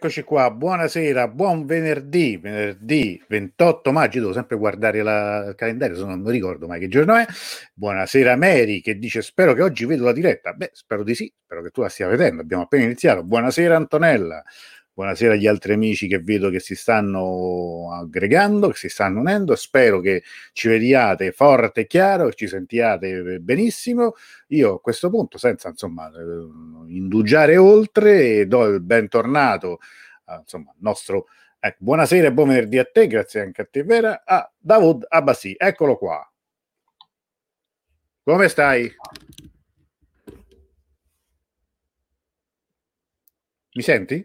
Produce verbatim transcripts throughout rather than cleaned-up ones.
Eccoci qua, buonasera, buon venerdì, venerdì ventotto maggio, devo sempre guardare la, il calendario, se no non mi ricordo mai che giorno è. Buonasera Mary, che dice spero che oggi vedo la diretta. Beh, spero di sì, spero che tu la stia vedendo, abbiamo appena iniziato. Buonasera Antonella, buonasera agli altri amici che vedo che si stanno aggregando, che si stanno unendo. Spero che ci vediate forte e chiaro, che ci sentiate benissimo. Io a questo punto, senza insomma indugiare oltre, do il bentornato a, insomma, al nostro ecco, buonasera e buon venerdì a te, grazie anche a te Vera, a Davud Abbasi, eccolo qua. Come stai? Mi senti?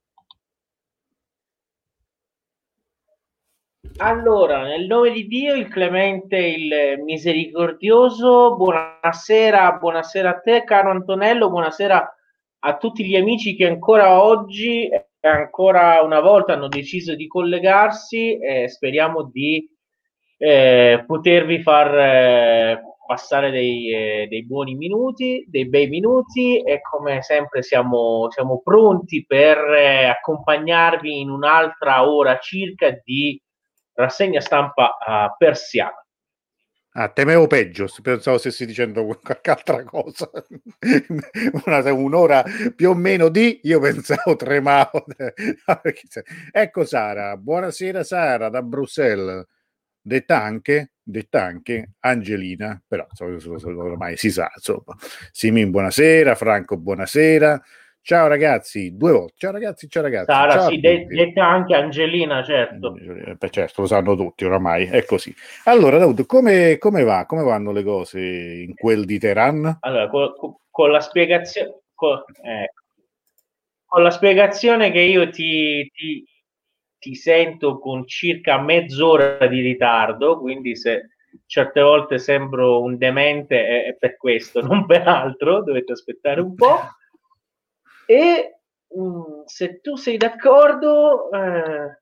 Allora, nel nome di Dio, il clemente, il misericordioso, buonasera, buonasera a te, caro Antonello, buonasera a tutti gli amici che ancora oggi e ancora una volta hanno deciso di collegarsi e speriamo di eh, potervi far eh, passare dei, eh, dei buoni minuti, dei bei minuti e come sempre siamo, siamo pronti per eh, accompagnarvi in un'altra ora circa di rassegna stampa uh, persiana. Ah, temevo peggio, pensavo stessi dicendo qualche altra cosa. Una, un'ora più o meno di, io pensavo tremavo. Ecco Sara, buonasera Sara da Bruxelles. Detta anche, detta anche Angelina, però insomma, ormai si sa, insomma. Simin, buonasera, Franco, buonasera. Ciao ragazzi, due volte. Ciao ragazzi, ciao ragazzi. Sara, ciao sì, de- detta anche Angelina, certo. Beh, certo, lo sanno tutti oramai, è così. Allora, Daud, come, come va? Come vanno le cose in quel di Teheran? Allora, con, con la spiegazione... Con, eh, con la spiegazione che io ti, ti, ti sento con circa mezz'ora di ritardo, quindi se certe volte sembro un demente è, è per questo, non per altro, dovete aspettare un po'. E mh, se tu sei d'accordo... Eh...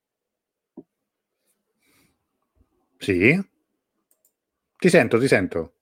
Sì? Ti sento, ti sento.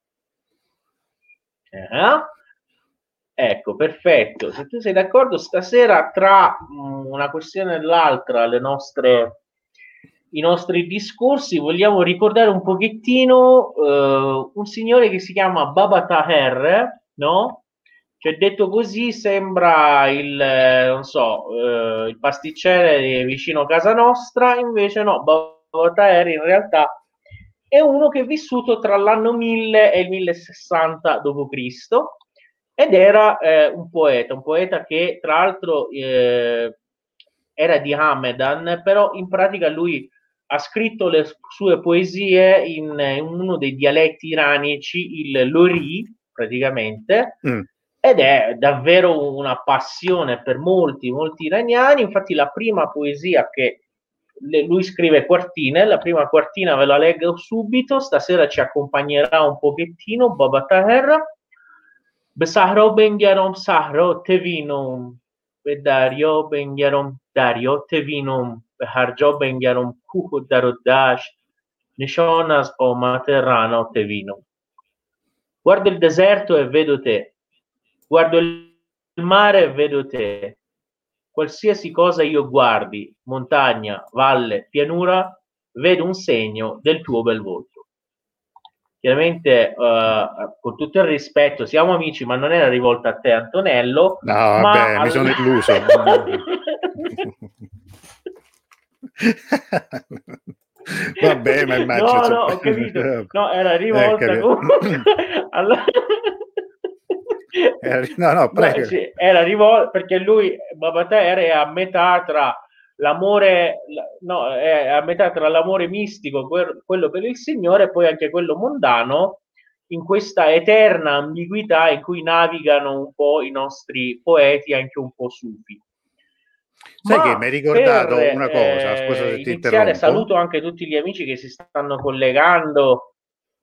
Eh? Ecco, perfetto. Se tu sei d'accordo, stasera tra mh, una questione e l'altra, le nostre, i nostri discorsi, vogliamo ricordare un pochettino eh, un signore che si chiama Baba Taher, no? Cioè, detto così sembra il, eh, non so, eh, il pasticcere vicino a casa nostra, invece no, Baba Taher in realtà è uno che è vissuto tra l'anno mille e il millesessanta dopo Cristo ed era eh, un poeta, un poeta che tra l'altro eh, era di Hamedan, però in pratica lui ha scritto le sue poesie in, in uno dei dialetti iranici, il Lori, praticamente, mm. ed è davvero una passione per molti, molti iraniani. Infatti la prima poesia che lui scrive quartine, la prima quartina ve la leggo subito, stasera ci accompagnerà un pochettino Baba Taher. به صحرا بنگرم صحرا توینم به دریا بنگرم دریا توینم به هر جا بنگرم کوه و در و دشت نشان از قامت رعنا توینم. Guardo il deserto e vedo te, guardo il mare e vedo te, qualsiasi cosa io guardi, montagna, valle, pianura, vedo un segno del tuo bel volto. Chiaramente, uh, con tutto il rispetto, siamo amici, ma non era rivolta a te, Antonello. No, ma vabbè, al... mi sono illuso. Vabbè, ma immagino. No, no, ho capito. No, era rivolta eh, comunque alla... No, no, prego. No, sì, era rivolta perché lui, Baba Taher, è a metà tra l'amore, no, è a metà tra l'amore mistico, quello per il Signore, e poi anche quello mondano, in questa eterna ambiguità in cui navigano un po' i nostri poeti, anche un po' sufi. Sai Ma che mi hai ricordato per, una cosa, eh, scusa se ti iniziare, interrompo. saluto anche tutti gli amici che si stanno collegando.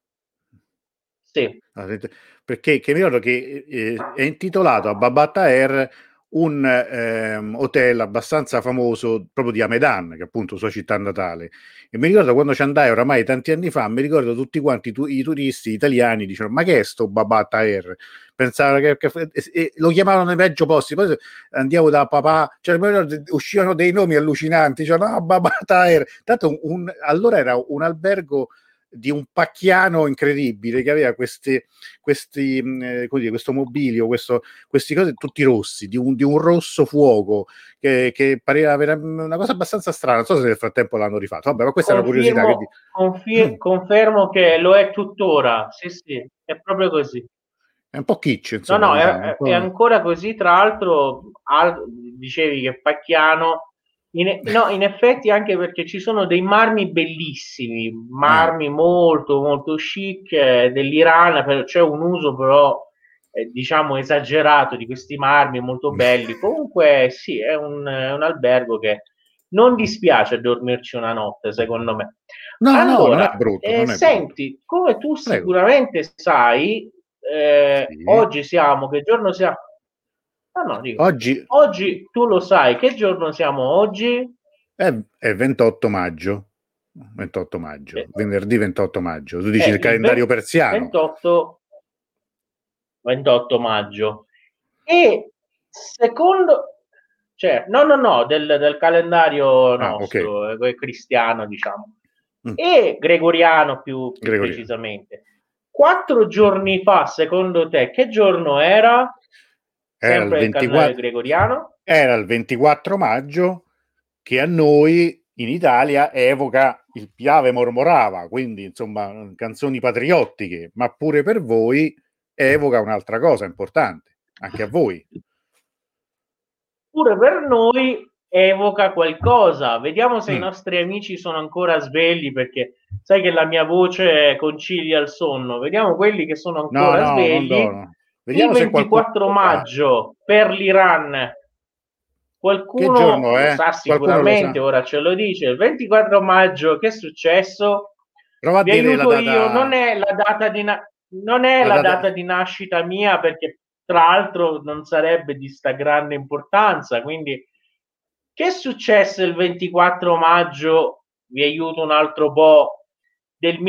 Sì. Perché che mi ricordo che eh, è intitolato a Baba Taher un ehm, hotel abbastanza famoso proprio di Hamadan, che è appunto sua città natale, e mi ricordo quando ci andai oramai tanti anni fa, mi ricordo tutti quanti tu, i turisti italiani dicevano ma che è sto Baba Taher? Pensavano che, che e, e lo chiamavano nei peggio posti, poi andiamo da papà, cioè, uscivano dei nomi allucinanti, cioè no, Baba Taher, tanto un, un, allora era un albergo di un pacchiano incredibile che aveva queste, questi, eh, dire, questo mobilio, questo, questi cose tutti rossi, di un, di un rosso fuoco che, che pareva una cosa abbastanza strana. Non so se nel frattempo l'hanno rifatto. Vabbè, ma questa confermo, è una curiosità. Quindi... confir- confermo che lo è tuttora. Sì, sì, è proprio così. È un po' kitsch, No, insomma, no, diciamo. è, è ancora così. Tra l'altro, al, dicevi che Pacchiano. In, no, in effetti anche perché ci sono dei marmi bellissimi, marmi eh. molto molto chic eh, dell'Iran, però c'è un uso però eh, diciamo esagerato di questi marmi molto belli. Comunque sì, è un, è un albergo che non dispiace a dormirci una notte, secondo me. No, allora, no, non è brutto, eh, non è senti, brutto. come tu Prego. sicuramente sai, eh, Sì. oggi siamo, che giorno siamo? Ah, no, dico, oggi... oggi tu lo sai, che giorno siamo oggi? È, è ventotto maggio. ventotto maggio, Eh, venerdì ventotto maggio. Tu dici eh, il calendario il persiano. ventotto, ventotto maggio. E secondo, cioè, no, no, no, del, del calendario Ah, nostro, okay. eh, cristiano, diciamo, Mm. e gregoriano più, più Gregoriano. precisamente. Quattro giorni fa, secondo te, che giorno era? Era Sempre il il calendario ventiquattro, gregoriano? era il ventiquattro maggio, che a noi in Italia evoca il Piave mormorava, quindi insomma canzoni patriottiche, ma pure per voi evoca un'altra cosa importante, anche a voi. Pure per noi evoca qualcosa. Vediamo se mm. i nostri amici sono ancora svegli, perché sai che la mia voce concilia il sonno. Vediamo quelli che sono ancora no, no, svegli. Non do, Vediamo Il se ventiquattro maggio per l'Iran. Qualcuno che giorno lo è? sa Lo sicuramente, sa? ora ce lo dice. Il ventiquattro maggio, che è successo? Prova a Vi dire la aiuto data. io, non è la data di, na- non è la, la data... data di nascita mia, perché tra l'altro non sarebbe di sta grande importanza, quindi che successe il ventiquattro maggio, vi aiuto un altro po', del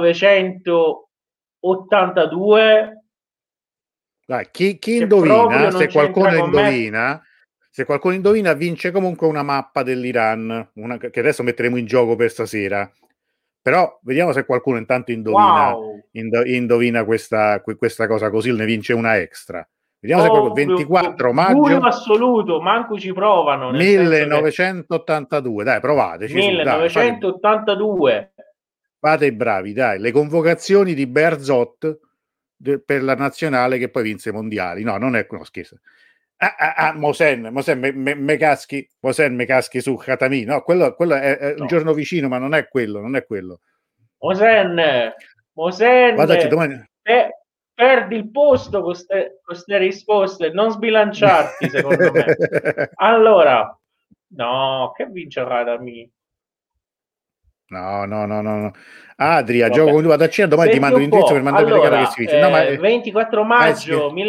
millenovecentottantadue? Dai, chi, chi indovina, se qualcuno indovina, me... se qualcuno indovina vince comunque una mappa dell'Iran, una, che adesso metteremo in gioco per stasera. Però vediamo se qualcuno intanto indovina, wow. indo, indovina questa, questa cosa, così ne vince una extra. Vediamo oh, se qualcuno, ventiquattro maggio. Buio assoluto, manco ci provano. Nel millenovecentottantadue, che... dai, provateci millenovecentottantadue. Su, dai, fate, fate i bravi, dai. Le convocazioni di Berzot per la nazionale che poi vinse i mondiali. No, non è no, scherzo. Ah, ah, ah, Mosen, Mosen, me, me, me caschi, Mosen, me caschi su Khatami. No, quello, quello è, è no. un giorno vicino, ma non è quello, non è quello. Mosen, Mosen, Guardate, domani... per, perdi il posto con queste risposte, non sbilanciarti, secondo me. Allora, no, che vince Khatami? No, no, no, no, no. Adria, Vabbè. Gioco con vado a cena, domani Senti ti mando l'indirizzo per mandare allora, le gare che si dice. No, ma, eh, ventiquattro maggio eh,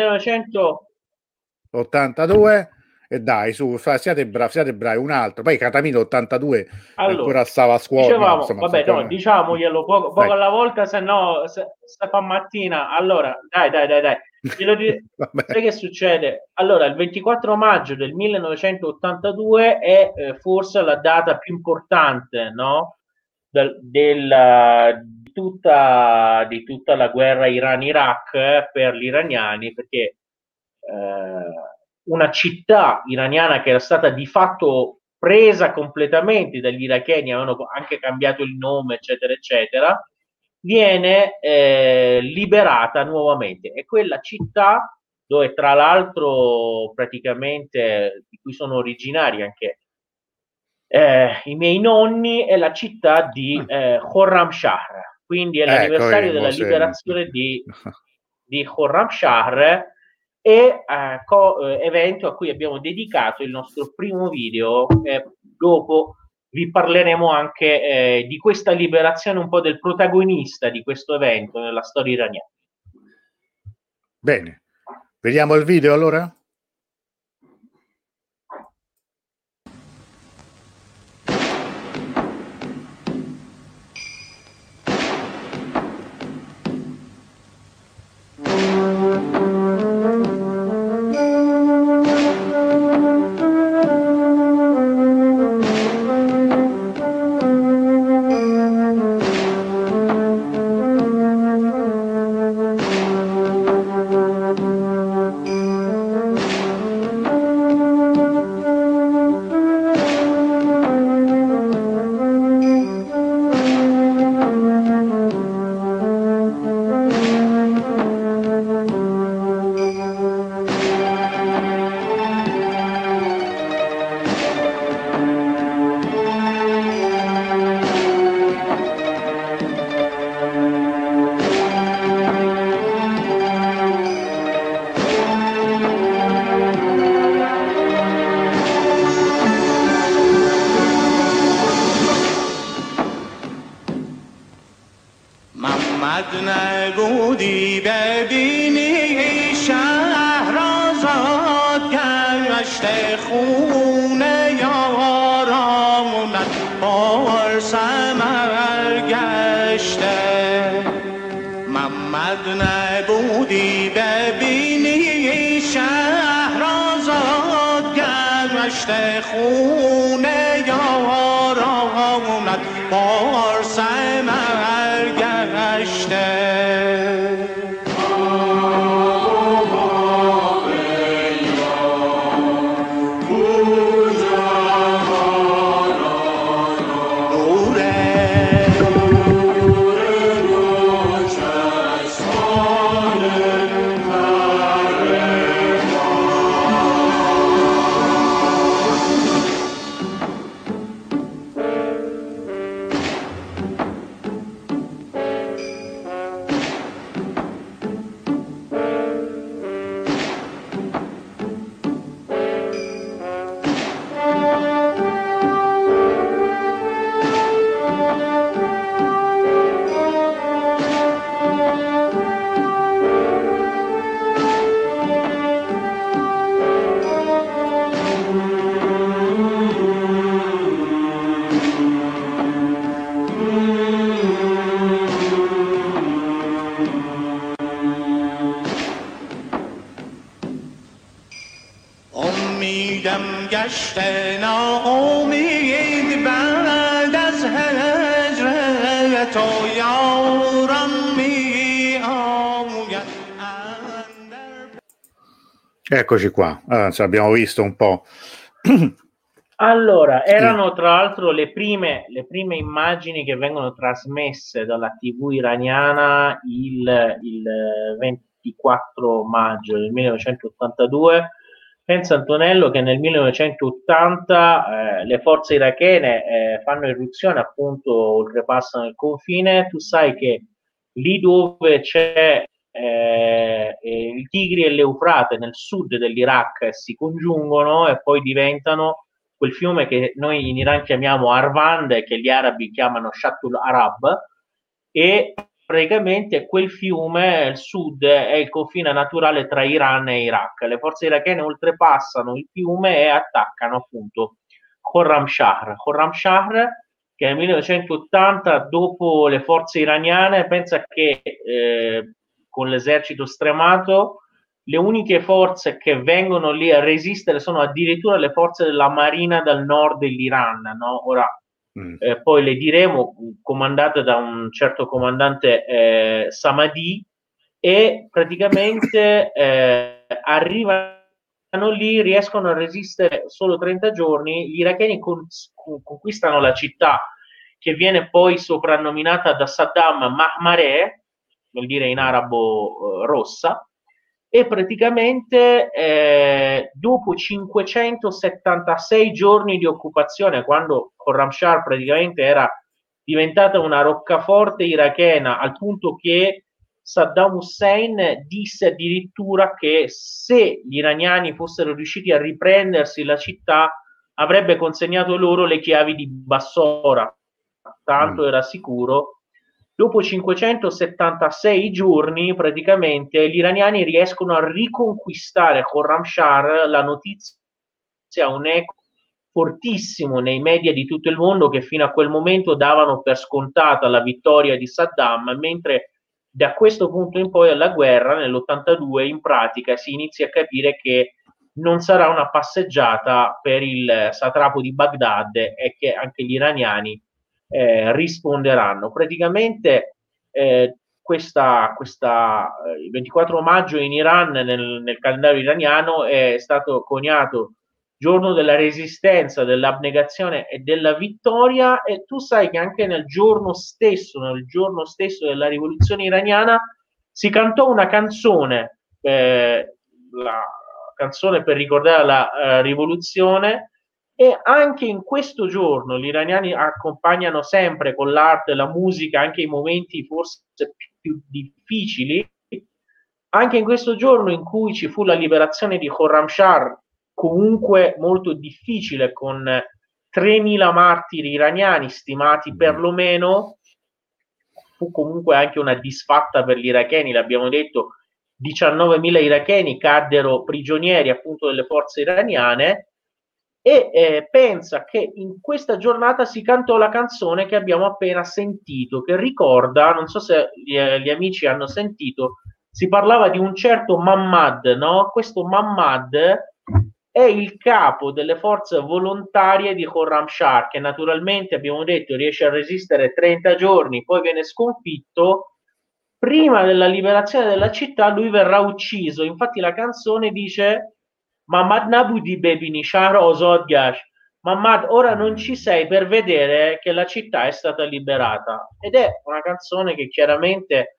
millenovecentottantadue e dai, su, siate bravi, siate bravi, un altro. Poi Catamino ottantadue allora, ancora stava a scuola. Dicevamo, no, insomma, vabbè, ancora... no, diciamoglielo poco, poco alla volta, se no se, se fa mattina. Allora, dai, dai, dai, dai. Di... sai che succede? Allora, il ventiquattro maggio del millenovecentottantadue è eh, forse la data più importante, no? Del, del, di, tutta, di tutta la guerra Iran-Iraq eh, per gli iraniani, perché eh, una città iraniana che era stata di fatto presa completamente dagli iracheni, avevano anche cambiato il nome, eccetera, eccetera, viene eh, liberata nuovamente. E quella città, dove tra l'altro praticamente di cui sono originari anche eh, i miei nonni, è la città di eh, Khorramshahr, quindi è l'anniversario ecco, della liberazione di, di Khorramshahr, e eh, co- eh, evento a cui abbiamo dedicato il nostro primo video. Eh, dopo vi parleremo anche eh, di questa liberazione, un po' del protagonista di questo evento nella storia iraniana. Bene, vediamo il video allora? محمد نبودی ببینی شهر آزاد گشته خونه یارامونت بار سمر گشته محمد نبودی ببینی شهر آزاد گشته خونه یارامونت بار سمر گشته گشته ناامید بعد از هجر تو یارم می آموید. Eccoci qua, allora, abbiamo visto un po'. Allora, erano tra l'altro le prime, le prime immagini che vengono trasmesse dalla tivù iraniana il, il ventiquattro maggio del millenovecentottantadue. Pensa Antonello che nel millenovecentottanta eh, le forze irachene eh, fanno irruzione, appunto oltrepassano il confine. Tu sai che lì dove c'è eh, il Tigri e l'Eufrate nel sud dell'Iraq si congiungono e poi diventano quel fiume che noi in Iran chiamiamo Arvand e che gli arabi chiamano Shatul Arab, e praticamente quel fiume, il sud, è il confine naturale tra Iran e Iraq. Le forze irachene oltrepassano il fiume e attaccano appunto Khorramshahr. Khorramshahr, che nel millenovecentottanta, dopo le forze iraniane, pensa che eh, con l'esercito stremato, le uniche forze che vengono lì a resistere sono addirittura le forze della marina dal nord dell'Iran, no? Ora, Mm. Eh, poi le diremo, comandate da un certo comandante eh, Samadi, e praticamente eh, arrivano lì, riescono a resistere solo trenta giorni. Gli iracheni con, con, conquistano la città, che viene poi soprannominata da Saddam Mahmareh, vuol dire in arabo eh, rossa, e praticamente eh, dopo cinquecentosettantasei giorni di occupazione, quando Khorramshahr praticamente era diventata una roccaforte irachena, al punto che Saddam Hussein disse addirittura che se gli iraniani fossero riusciti a riprendersi la città avrebbe consegnato loro le chiavi di Bassora, tanto mm. era sicuro. Dopo cinquecentosettantasei giorni praticamente gli iraniani riescono a riconquistare Khorramshahr. La notizia ha un eco fortissimo nei media di tutto il mondo, che fino a quel momento davano per scontata la vittoria di Saddam, mentre da questo punto in poi alla guerra nell'ottantadue in pratica si inizia a capire che non sarà una passeggiata per il satrapo di Baghdad e che anche gli iraniani Eh, risponderanno. Praticamente eh, questa, questa, eh, il ventiquattro maggio in Iran, nel, nel calendario iraniano, è stato coniato giorno della resistenza, dell'abnegazione e della vittoria. E tu sai che anche nel giorno stesso, nel giorno stesso della rivoluzione iraniana, si cantò una canzone, eh, la canzone per ricordare la eh, rivoluzione. E anche in questo giorno gli iraniani accompagnano sempre con l'arte e la musica anche i momenti forse più difficili. Anche in questo giorno in cui ci fu la liberazione di Khorramshahr, comunque molto difficile, con tremila martiri iraniani stimati perlomeno, fu comunque anche una disfatta per gli iracheni, l'abbiamo detto, diciannovemila iracheni caddero prigionieri appunto delle forze iraniane, e eh, pensa che in questa giornata si cantò la canzone che abbiamo appena sentito, che ricorda, non so se gli, gli amici hanno sentito, si parlava di un certo Mahmad, no? Questo Mahmad è il capo delle forze volontarie di Khorramshahr, che naturalmente abbiamo detto riesce a resistere trenta giorni, poi viene sconfitto. Prima della liberazione della città lui verrà ucciso, infatti la canzone dice Mahmad Nabudi Bebini Shahr Ozod Gash, Mahmad ora non ci sei per vedere che la città è stata liberata, ed è una canzone che chiaramente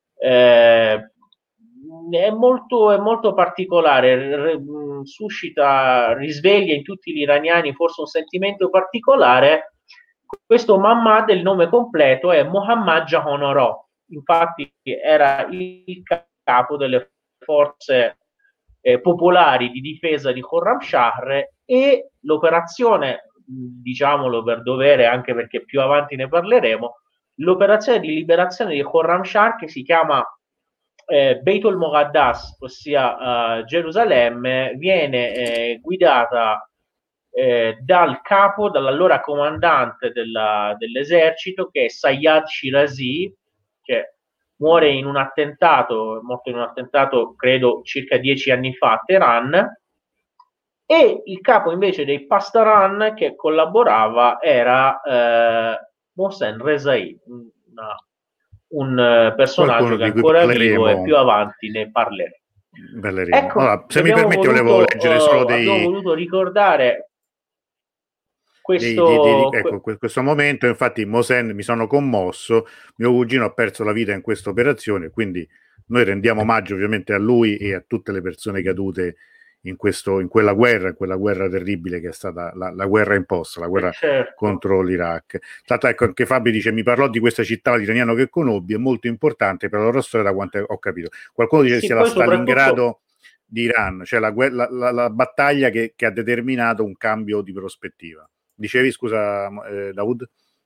eh, è molto, è molto particolare, r- r- suscita, risveglia in tutti gli iraniani forse un sentimento particolare. Questo Mahmad, il nome completo è Mohammad Jahanarò, infatti era il capo delle forze eh, popolari di difesa di Khorramshahr, e l'operazione, diciamolo per dovere anche perché più avanti ne parleremo, l'operazione di liberazione di Khorramshahr, che si chiama eh, Beit al-Muqaddas, ossia uh, Gerusalemme, viene eh, guidata eh, dal capo, dall'allora comandante della, dell'esercito, che è Sayyad Shirazi, che muore in un attentato, è morto in un attentato credo circa dieci anni fa a Teheran, e il capo invece dei Pastaran che collaborava era eh, Mohsen Rezai, una, un uh, personaggio Qualcuno che è di cui ancora vivo e parleremo. più avanti ne parleremo. Parleremo. Ecco, Allora, se mi abbiamo permetti, voluto, volevo leggere solo uh, abbiamo dei, voluto ricordare Di, di, di, questo, ecco, que- questo momento. Infatti Mosen, mi sono commosso, mio cugino ha perso la vita in questa operazione, quindi noi rendiamo omaggio ovviamente a lui e a tutte le persone cadute in, questo, in quella guerra, in quella guerra terribile che è stata la, la guerra imposta, la guerra certo. contro l'Iraq. Tanto ecco, anche Fabio dice, mi parlò di questa città iraniana che conobbi, è molto importante per la loro storia da quanto ho capito. Qualcuno dice Sì, sia la poi Stalingrado soprattutto di Iran, cioè la, la, la, la battaglia che, che ha determinato un cambio di prospettiva. Dicevi, scusa, eh, Dawood?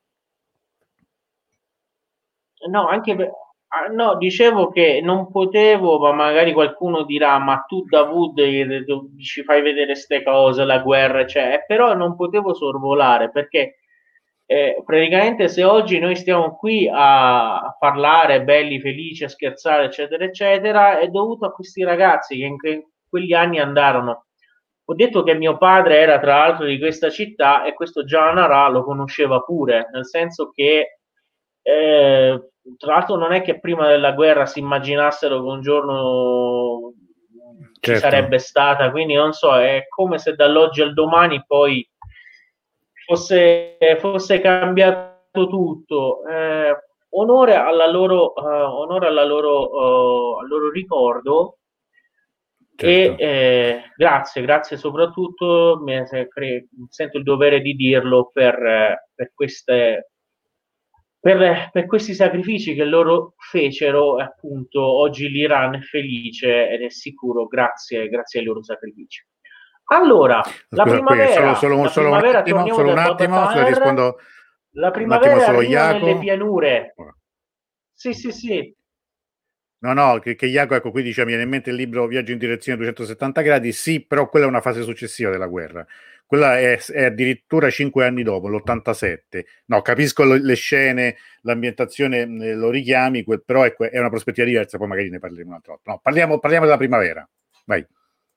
no, anche per, ah, no, dicevo che non potevo, ma magari qualcuno dirà, ma tu Davud eh, ci fai vedere ste cose, la guerra, cioè, però non potevo sorvolare perché eh, praticamente se oggi noi stiamo qui a, a parlare belli, felici, a scherzare, eccetera, eccetera, è dovuto a questi ragazzi che in que- quegli anni andarono. Ho detto che mio padre era tra l'altro di questa città e questo Gianara lo conosceva pure, nel senso che eh, tra l'altro non è che prima della guerra si immaginassero che un giorno ci Certo. sarebbe stata, quindi non so, è come se dall'oggi al domani poi fosse, fosse cambiato tutto. Eh, onore alla loro, uh, onore alla loro, uh, al loro ricordo. Certo. E eh, grazie, grazie soprattutto, mi cre- sento il dovere di dirlo per, eh, per, queste, per, per questi sacrifici che loro fecero. Appunto, oggi l'Iran è felice ed è sicuro grazie, grazie ai loro sacrifici. Allora, la Scusa, qui solo, primavera, solo, la solo un primavera, attimo, torniamo solo da un Baba attimo, solo Taher, rispondo la un attimo primavera solo arriva nelle Iaco. pianure. Sì, sì, sì. No, no, che, che Iaco, ecco, qui dice, mi viene in mente il libro Viaggio in direzione duecentosettanta gradi, sì, però quella è una fase successiva della guerra. Quella è, è addirittura cinque anni dopo, l'ottantasette. No, capisco lo- le scene, l'ambientazione, eh, lo richiami, quel- però ecco, è una prospettiva diversa, poi magari ne parleremo un'altra volta. No, parliamo, parliamo della primavera. Vai.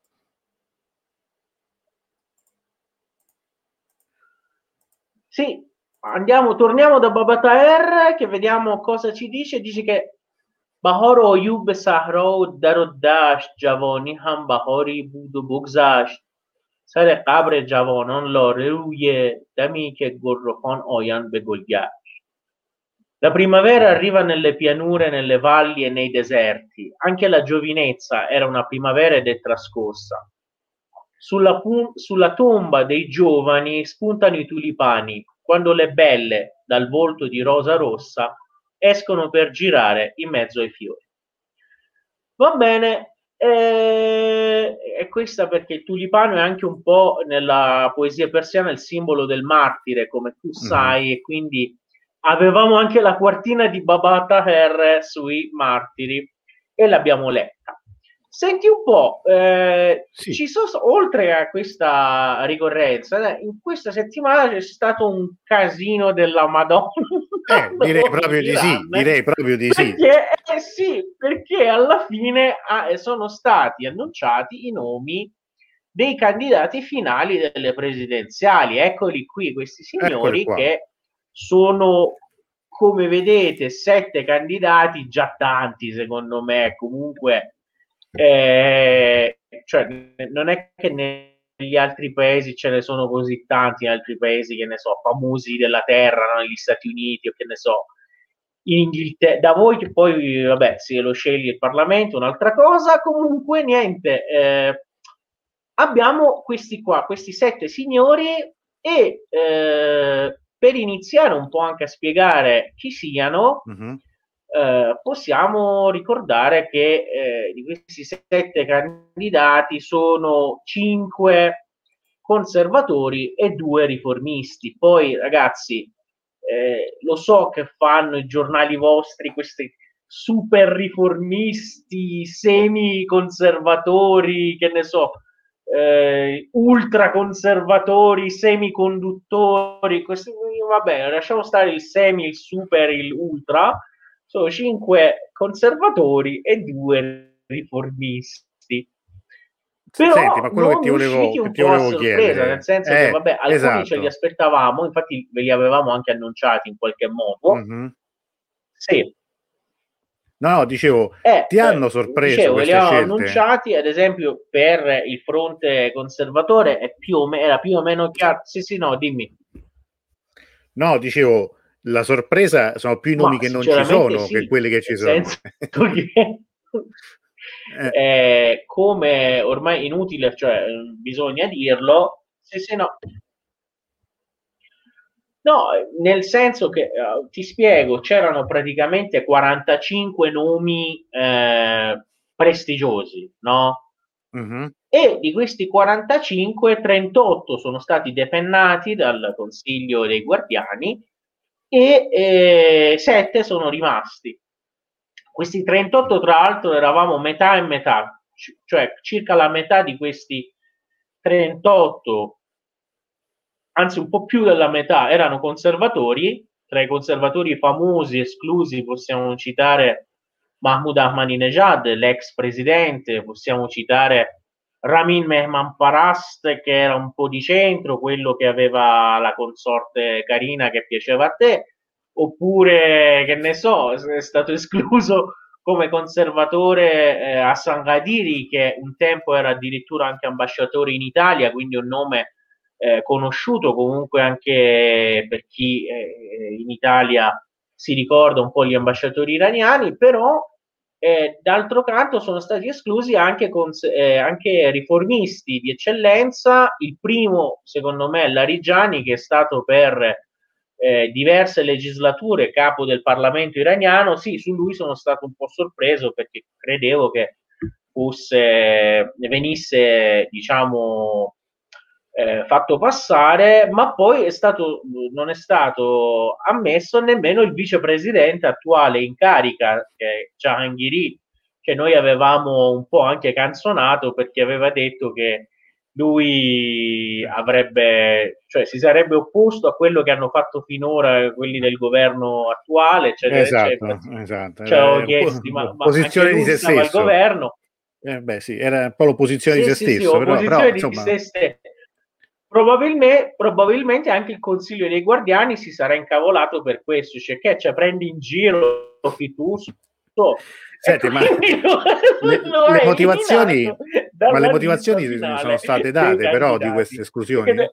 Sì, andiamo, torniamo da Baba Taher che vediamo cosa ci dice. Dice che بهار آیوب به صحرا و در و دشت جوانی هم بهاری بود و بگذشت سر قبر جوانان لاله روی دمی که گلرخان آیند به گلگشت. La primavera arriva nelle pianure, nelle valli e nei deserti. Anche la giovinezza era una primavera ed è trascorsa. Sulla, pu- sulla tomba dei giovani spuntano i tulipani, quando le belle, dal volto di rosa rossa, escono per girare in mezzo ai fiori. Va bene, eh, è questa perché il tulipano è anche un po' nella poesia persiana il simbolo del martire, come tu sai, mm-hmm. E quindi avevamo anche la quartina di Baba Taher sui martiri e l'abbiamo letta. Senti un po', eh, Sì. ci sono, oltre a questa ricorrenza, in questa settimana c'è stato un casino della Madonna. Eh, direi proprio di sì, direi proprio di sì. Perché, eh sì, perché alla fine ah, sono stati annunciati i nomi dei candidati finali delle presidenziali. Eccoli qui, questi signori che sono, come vedete, sette candidati, già tanti secondo me, comunque. Eh, cioè, non è che negli altri paesi ce ne sono così tanti, in altri paesi, che ne so, famosi della terra, no? Negli Stati Uniti o che ne so, in Inghilterra, da voi che poi, vabbè, se lo sceglie il Parlamento, un'altra cosa, comunque niente, eh, abbiamo questi qua, questi sette signori e eh, per iniziare un po' anche a spiegare chi siano, mm-hmm. Eh, possiamo ricordare che eh, di questi sette candidati sono cinque conservatori e due riformisti. Poi, ragazzi, eh, lo so che fanno i giornali vostri questi super riformisti, semi conservatori, che ne so, eh, ultra conservatori, semiconduttori. Questi, vabbè, lasciamo stare il semi, il super, il ultra. Sono cinque conservatori e due riformisti. Però senti, ma quello che ti volevo, un che ti po' volevo a sorpresa, chiedere, nel senso eh, che vabbè, alcuni esatto. ce li aspettavamo, infatti ve li avevamo anche annunciati in qualche modo. Mm-hmm. Sì. No, no, dicevo, eh, ti hanno sorpreso dicevo, queste li ho scelte? annunciati, ad esempio, per il fronte conservatore è più o meno, era più o meno chiaro. Sì, sì, no, dimmi. No, dicevo, la sorpresa sono più i nomi Ma, che non ci sono sì, che quelli che ci nel sono. Senso che eh. Eh, come ormai inutile, cioè bisogna dirlo, sì, sì, no. No, nel senso che uh, ti spiego, c'erano praticamente quarantacinque nomi eh, prestigiosi, no? Mm-hmm. E di questi quarantacinque, trentotto sono stati depennati dal Consiglio dei Guardiani e eh, sette sono rimasti. Questi trentotto, tra l'altro, eravamo metà e metà, cioè circa la metà di questi trentotto, anzi un po' più della metà, erano conservatori. Tra i conservatori famosi, esclusi, possiamo citare Mahmoud Ahmadinejad, l'ex presidente, possiamo citare Ramin Mehman-Parast, che era un po' di centro, quello che aveva la consorte carina che piaceva a te, oppure, che ne so, è stato escluso come conservatore eh, Hassan Ghadiri, che un tempo era addirittura anche ambasciatore in Italia, quindi un nome eh, conosciuto comunque anche per chi eh, in Italia si ricorda un po' gli ambasciatori iraniani, però eh, d'altro canto sono stati esclusi anche, cons- eh, anche riformisti di eccellenza. Il primo, secondo me, è Larijani, che è stato per eh, diverse legislature capo del Parlamento iraniano. Sì, su lui sono stato un po' sorpreso perché credevo che fosse, venisse, diciamo, eh, fatto passare, ma poi è stato, non è stato ammesso nemmeno il vicepresidente attuale in carica, che è Jahangiri, che noi avevamo un po' anche canzonato perché aveva detto che lui avrebbe, cioè si sarebbe opposto a quello che hanno fatto finora quelli del governo attuale, eccetera, esatto, eccetera. esatto. Ci avevo chiesti, ma, ma posizione anche lui di se stava stesso. al governo. Eh, beh, sì, era un po' l'opposizione sì, di se sì, stesso, sì, però, opposizione però di insomma... se stesso. Probabilmente, probabilmente anche il Consiglio dei Guardiani si sarà incavolato per questo, cioè che ci prendi in giro Fittuso. Senti, ma le, le motivazioni, ma le motivazioni sono state date però di queste esclusioni? Perché,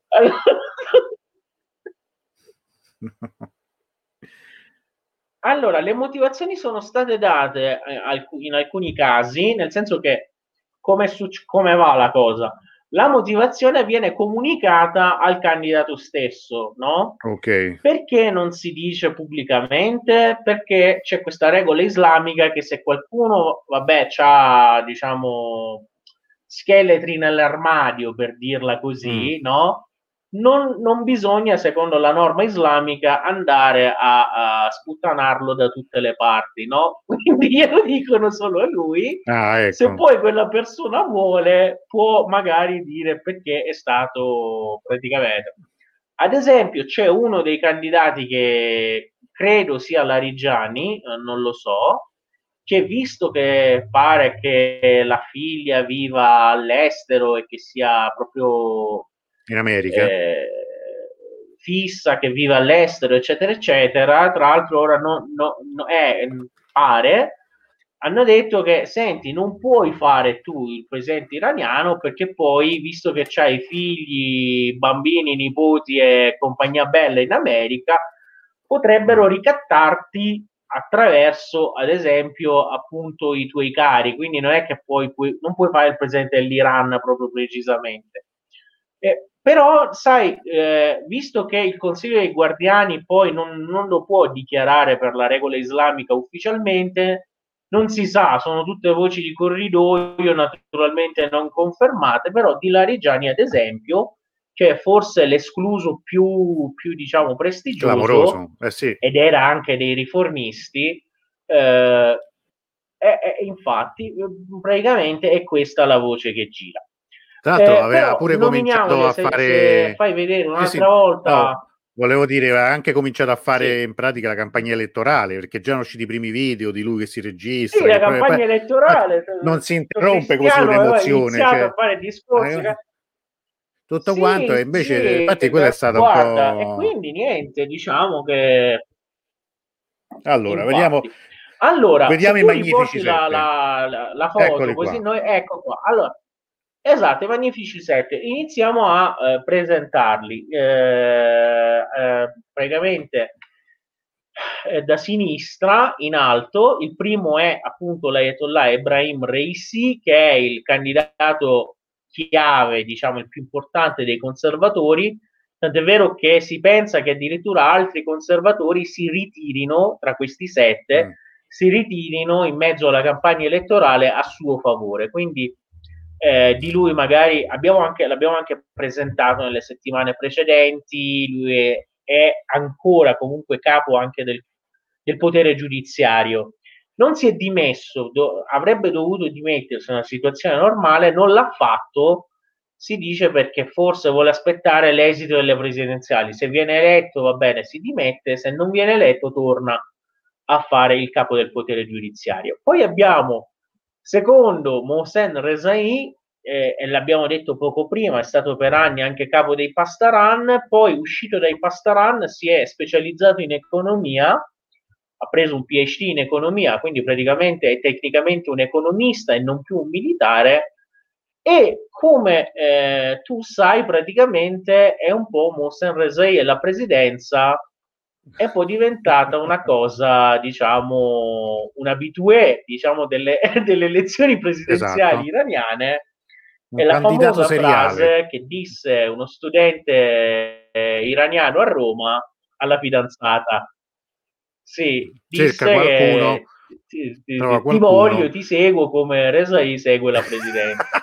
allora, le motivazioni sono state date in alcuni casi, nel senso che come, come va la cosa? La motivazione viene comunicata al candidato stesso, no? Ok. Perché non si dice pubblicamente? Perché c'è questa regola islamica che se qualcuno, vabbè, c'ha, diciamo, scheletri nell'armadio, per dirla così, mm. no? non, non bisogna, secondo la norma islamica, andare a, a sputtanarlo da tutte le parti, no? Quindi glielo dicono solo a lui. Ah, ecco. Se poi quella persona vuole, può magari dire perché è stato praticamente. Ad esempio, c'è uno dei candidati che credo sia Larigiani, eh, non lo so, che visto che pare che la figlia viva all'estero e che sia proprio in America, eh, fissa, che viva all'estero, eccetera, eccetera, tra l'altro ora no, no, no, è, pare, hanno detto che, senti, non puoi fare tu il presidente iraniano perché poi, visto che c'hai figli, bambini, nipoti e compagnia bella in America, potrebbero ricattarti attraverso, ad esempio, appunto i tuoi cari. Quindi non è che poi, puoi, non puoi fare il presidente dell'Iran proprio precisamente. Eh, però, sai, eh, visto che il Consiglio dei Guardiani poi non, non lo può dichiarare per la regola islamica ufficialmente, non si sa, sono tutte voci di corridoio, naturalmente non confermate, però di Larigiani, ad esempio, che è forse l'escluso più, più diciamo, prestigioso, eh sì. ed era anche dei riformisti, eh, è, è, infatti, praticamente è questa la voce che gira. Tra l'altro Eh, aveva però pure cominciato nominiamole, a se, fare, se fai vedere un'altra sì, sì. volta. No, volevo dire, aveva anche cominciato a fare Sì. in pratica la campagna elettorale, perché già sono usciti i primi video di lui che si registra. Sì, la che poi- campagna poi- elettorale. non si interrompe così Cristiano aveva un'emozione, iniziato cioè, a fare discorsi. eh, tutto quanto, Sì, e invece, sì, infatti, quello è stato un guarda, e po'. quindi niente, diciamo che Allora, vediamo, infatti. Allora, se vediamo i tu Magnifici riporti la, Sette. la, la, la foto, Eccoli così qua. noi, ecco qua. Allora, esatto, i Magnifici Sette. Iniziamo a eh, presentarli. Eh, eh, praticamente eh, da sinistra in alto. Il primo è appunto l'Ayatollah Ebrahim Raisi, che è il candidato chiave, diciamo, il più importante dei conservatori. Tant'è vero che si pensa che addirittura altri conservatori si ritirino tra questi sette, Mm. si ritirino in mezzo alla campagna elettorale a suo favore. Quindi eh, di lui magari abbiamo anche, l'abbiamo anche presentato nelle settimane precedenti. Lui è, è ancora comunque capo anche del, del potere giudiziario. Non si è dimesso, do, avrebbe dovuto dimettersi in una situazione normale, non l'ha fatto. Si dice perché forse vuole aspettare l'esito delle presidenziali. Se viene eletto, va bene, si dimette; se non viene eletto, torna a fare il capo del potere giudiziario. Poi abbiamo, secondo Mohsen Rezai, eh, e l'abbiamo detto poco prima, è stato per anni anche capo dei Pastaran, poi uscito dai Pastaran si è specializzato in economia, ha preso un P H D in economia, quindi praticamente è tecnicamente un economista e non più un militare. E come eh, tu sai, praticamente è un po' Mohsen Rezai e la presidenza è poi diventata una cosa, diciamo, un habitué, diciamo, delle, delle elezioni presidenziali Esatto. iraniane. Un È la candidato famosa seriale. frase che disse uno studente eh, iraniano a Roma alla fidanzata. Sì, Cerca disse qualcuno, che ti, ti, trova ti voglio, qualcuno. ti seguo come Rezai segue la presidenta.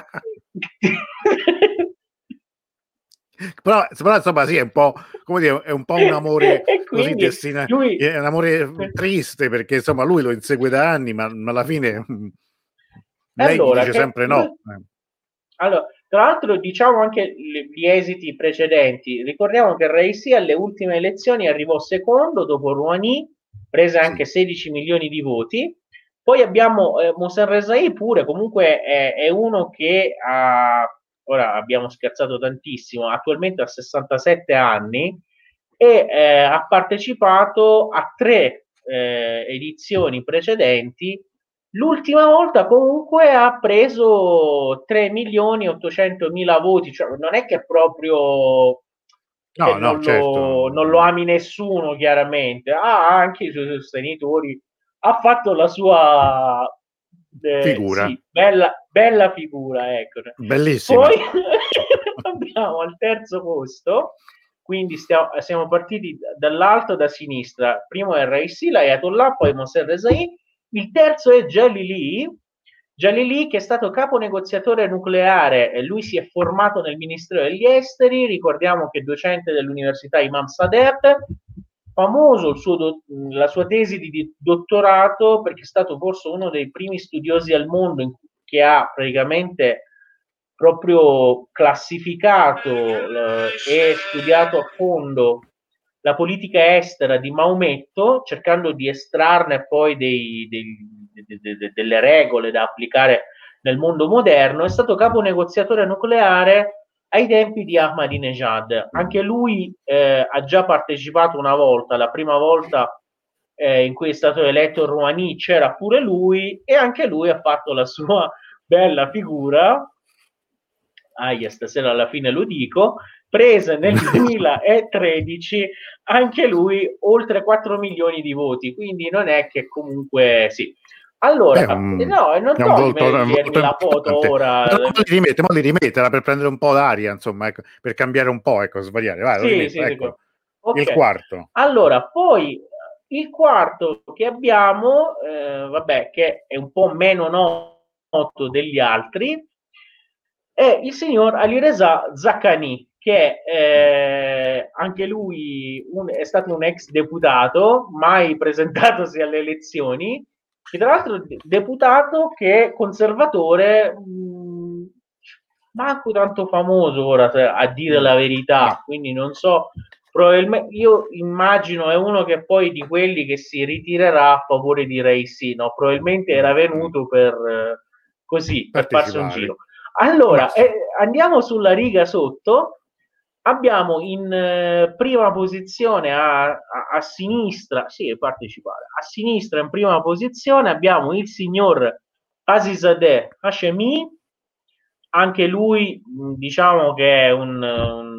Però, però insomma sì, è un po', come dire, è un po' un amore E così quindi destinato, lui è un amore triste, perché insomma lui lo insegue da anni, ma, ma alla fine lei gli allora, dice che sempre lui, no. allora, tra l'altro diciamo anche gli, gli esiti precedenti. Ricordiamo che Raisi alle ultime elezioni arrivò secondo dopo Rouhani, prese anche Sì. sedici milioni di voti. Poi abbiamo eh, Mohsen Rezai pure, comunque è, è uno che ha, ora abbiamo scherzato tantissimo, attualmente ha sessantasette anni e eh, ha partecipato a tre eh, edizioni precedenti. L'ultima volta comunque ha preso tre milioni ottocentomila voti, cioè non è che proprio che No, no, non lo, non lo certo. ami nessuno, chiaramente, ha anche i suoi sostenitori, ha fatto la sua eh, Figura. sì, bella, bella figura, ecco. Bellissima. Poi abbiamo al terzo posto, quindi stiamo, siamo partiti dall'alto, da sinistra. Primo è Raisi, l'Ayatollah, poi Mohsen Rezai. Il terzo è Jelly Lee, Jalili, che è stato capo negoziatore nucleare, e lui si è formato nel Ministero degli Esteri, ricordiamo che è docente dell'Università Imam Sadet, famoso il suo do- la sua tesi di dottorato perché è stato forse uno dei primi studiosi al mondo in- che ha praticamente proprio classificato eh, e studiato a fondo la politica estera di Maometto, cercando di estrarne poi dei, dei, de, de, de, delle regole da applicare nel mondo moderno. È stato capo negoziatore nucleare ai tempi di Ahmadinejad. Anche lui eh, ha già partecipato una volta, la prima volta eh, in cui è stato eletto Rouhani c'era pure lui, e anche lui ha fatto la sua bella figura. Aia, stasera alla fine lo dico, prese nel duemilatredici anche lui oltre quattro milioni di voti, quindi non è che comunque sì. Allora, Beh, un, no, non è un volto, è un togliermi volto la foto importante. ora. No, no, li rimette, mo li rimetterà per prendere un po' d'aria, insomma, ecco, per cambiare un po', ecco, svariare. Vai, lo Sì, rimetto, sì, eccolo. ok. Il quarto. Allora, poi il quarto che abbiamo, eh, vabbè, che è un po' meno noto degli altri, è il signor Alireza Zaccani, che eh, anche lui un, è stato un ex deputato, mai presentatosi alle elezioni, che tra l'altro è deputato che è conservatore, mh, manco tanto famoso ora, a dire la verità, No. quindi non so, probabilmente io immagino è uno che poi di quelli che si ritirerà a favore di Raisi, no? Probabilmente era venuto per eh, così, per farsi un giro. Allora, sì. eh, andiamo sulla riga sotto. Abbiamo in eh, prima posizione a, a, a sinistra, sì, partecipare, a sinistra in prima posizione abbiamo il signor Azizadeh Hashemi, anche lui diciamo che è un, un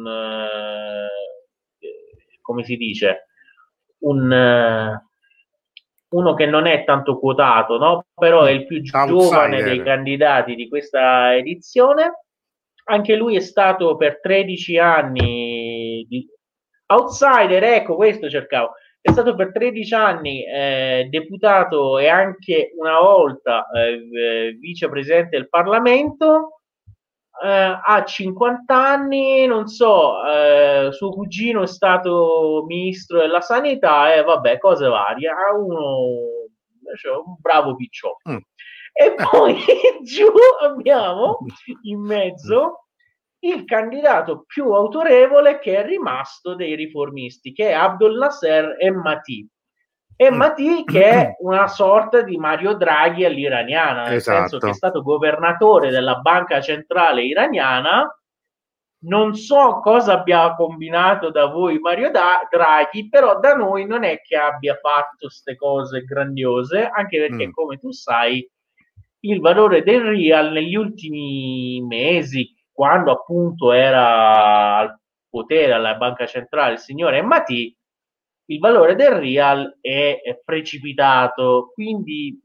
eh, come si dice, un eh, uno che non è tanto quotato, no? Però è il più giovane dei Outsider. candidati di questa edizione. Anche lui è stato per tredici anni di... outsider, ecco, questo cercavo. È stato per tredici anni eh, deputato e anche una volta eh, vicepresidente del Parlamento. Eh, ha cinquanta anni, non so, eh, suo cugino è stato ministro della sanità e vabbè, cose varie. Ha uno, cioè, un bravo picciotto. Mm. E poi giù abbiamo in mezzo il candidato più autorevole che è rimasto dei riformisti, che è Abdel Nasser Hemmati. Hemmati che è una sorta di Mario Draghi all'iraniana, nel Esatto. senso che è stato governatore della banca centrale iraniana. Non so cosa abbia combinato da voi Mario Draghi, però da noi non è che abbia fatto queste cose grandiose, anche perché mm. come tu sai il valore del Real negli ultimi mesi, quando appunto era al potere alla banca centrale il signore Hemmati, il valore del Real è, è precipitato, quindi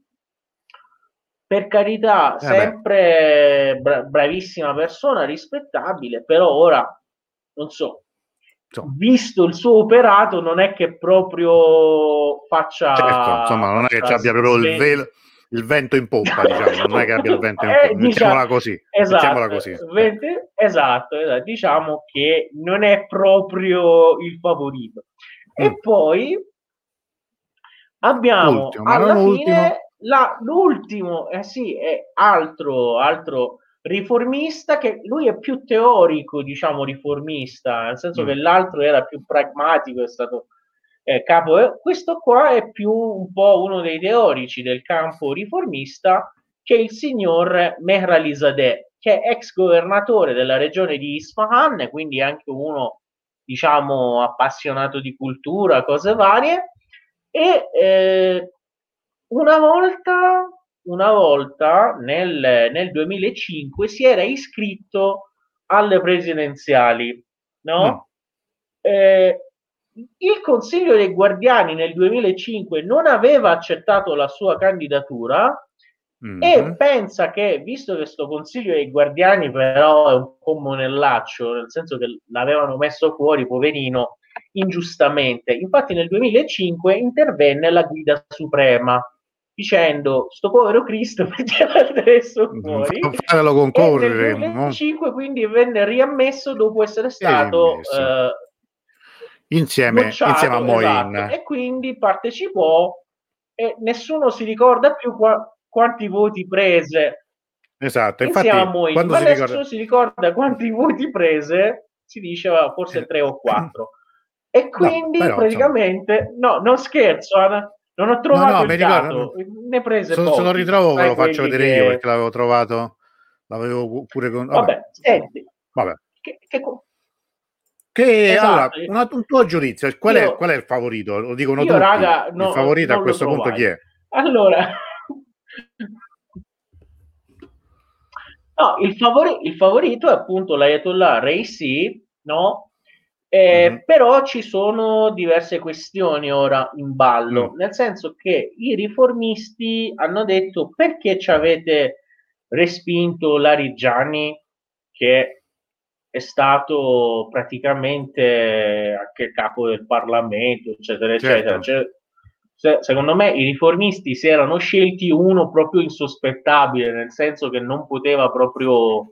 per carità, eh sempre bra- bravissima persona, rispettabile, però ora non so, insomma. Visto il suo operato, non è che proprio faccia. Certo, insomma, non è che abbia proprio il, velo, il vento in poppa, diciamo, non è che abbia il vento in poppa. Eh, mettiamola diciamo, così. Esatto, mettiamola così. venti, esatto, esatto, diciamo che non è proprio il favorito. Mm. E poi abbiamo ultimo, alla fine ultimo. La, l'ultimo, eh sì, è altro, altro riformista, che lui è più teorico, diciamo, riformista, nel senso mm. che l'altro era più pragmatico, è stato eh, capo. Questo qua è più un po' uno dei teorici del campo riformista, che è il signor Mehralizadeh, che è ex governatore della regione di Isfahan, quindi anche uno, diciamo, appassionato di cultura, cose varie, e eh, una volta, una volta nel, nel duemilacinque si era iscritto alle presidenziali, no? Mm. Eh, il Consiglio dei Guardiani nel duemilacinque non aveva accettato la sua candidatura mm-hmm. e pensa che, visto che questo Consiglio dei Guardiani però è un po' monellaccio, nel senso che l'avevano messo fuori, poverino, ingiustamente. Infatti nel duemilacinque intervenne la Guida Suprema, dicendo sto povero Cristo metteva adesso fuori, farlo concorrere, e nel duemilacinque no? Quindi venne riammesso dopo essere stato eh, insieme, insieme a Moin, esatto, e quindi partecipò e nessuno si ricorda più qua, quanti voti prese, esatto, insieme infatti, a Moin, quando ma si nessuno ricorda... si ricorda quanti voti prese, si diceva forse tre o quattro. E quindi no, però, praticamente, insomma... no, non scherzo, Anna, non ho trovato no, no, il dato, ricordo, ne prese se, pochi. Se lo ritrovo ve lo faccio vedere che... io, perché l'avevo trovato, l'avevo pure con... Vabbè, vabbè senti, vabbè. Che, che... che esatto. Allora, una, un tuo giudizio, qual, io, è, qual è il favorito? Lo dicono io, tutti, raga, il no, favorito a questo punto chi è? Allora... No, il, favori- il favorito è appunto l'Ayatollah Raisi, no? Eh, mm-hmm. Però ci sono diverse questioni ora in ballo, mm. nel senso che i riformisti hanno detto: perché ci avete respinto Larijani, che è stato praticamente anche capo del Parlamento, eccetera, certo. eccetera. Cioè, se, secondo me i riformisti si erano scelti uno proprio insospettabile, nel senso che non poteva proprio...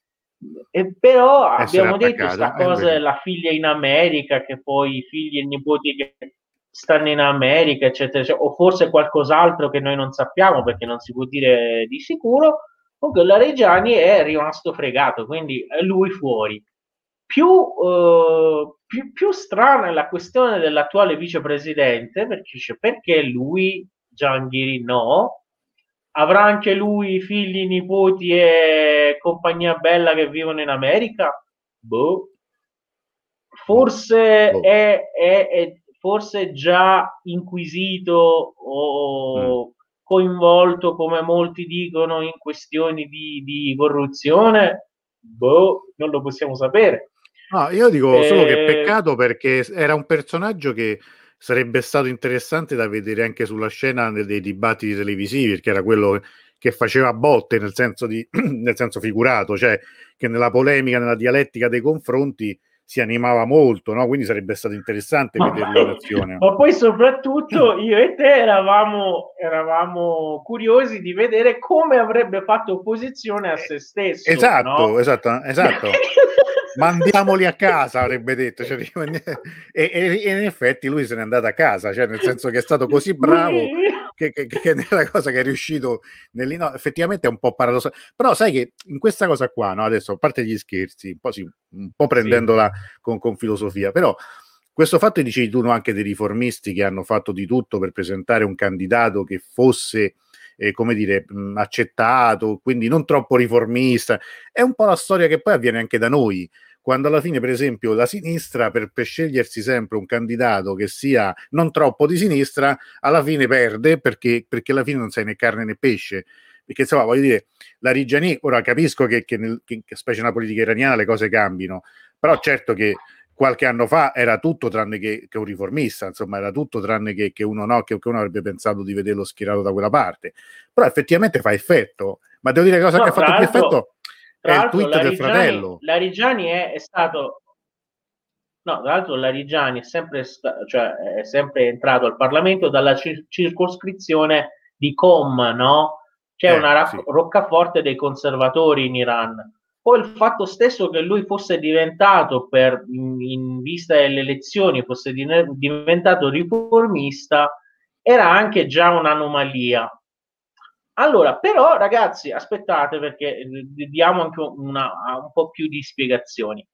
E però essere abbiamo detto sta cosa invece... della figlia in America, che poi i figli e nipoti che stanno in America, eccetera, cioè, o forse qualcos'altro che noi non sappiamo, perché non si può dire di sicuro. Comunque Larijani è rimasto fregato, quindi è lui fuori. Più, uh, più, più strana è la questione dell'attuale vicepresidente, perché dice: perché lui, Jahangiri, no? Avrà anche lui figli, nipoti e compagnia bella che vivono in America? Boh. Forse boh. È, è, è forse già inquisito o mm. coinvolto, come molti dicono, in questioni di, di corruzione? Boh, non lo possiamo sapere. No, io dico eh... solo che peccato, perché era un personaggio che sarebbe stato interessante da vedere anche sulla scena dei dibattiti televisivi, perché era quello che faceva botte, nel senso di nel senso figurato, cioè che nella polemica, nella dialettica dei confronti si animava molto, no? Quindi sarebbe stato interessante ma vederlo in azione. Ma poi soprattutto io e te eravamo, eravamo curiosi di vedere come avrebbe fatto opposizione a se stesso. Esatto, no? esatto, esatto. Mandiamoli a casa, avrebbe detto, cioè, e, e, e in effetti lui se n'è andato a casa, cioè nel senso che è stato così bravo che, che, che nella cosa che è riuscito no, effettivamente è un po' paradossale, però sai che in questa cosa qua, no, adesso a parte gli scherzi, un po', sì, un po' prendendola sì. con, con filosofia, però questo fatto dicevi tu, no, anche dei riformisti che hanno fatto di tutto per presentare un candidato che fosse Eh, come dire, mh, accettato, quindi non troppo riformista, è un po' la storia che poi avviene anche da noi, quando alla fine per esempio la sinistra per, per scegliersi sempre un candidato che sia non troppo di sinistra, alla fine perde, perché, perché alla fine non sai né carne né pesce, perché insomma voglio dire, Larijani, ora capisco che, che, nel, che specie nella politica iraniana le cose cambino, però certo che qualche anno fa era tutto tranne che, che un riformista, insomma era tutto tranne che, che uno no, che, che uno avrebbe pensato di vederlo schierato da quella parte, però effettivamente fa effetto. Ma devo dire cosa no, che ha fatto più effetto è il tweet del fratello. Larijani è, è stato no, tra l'altro Larijani è sempre, sta, cioè, è sempre entrato al Parlamento dalla cir- circoscrizione di Qom, no? C'è eh, una rac- sì. roccaforte dei conservatori in Iran. Poi il fatto stesso che lui fosse diventato, per, in, in vista delle elezioni, fosse di, diventato riformista, era anche già un'anomalia. Allora, però, ragazzi, aspettate, perché diamo anche una, un po' più di spiegazioni.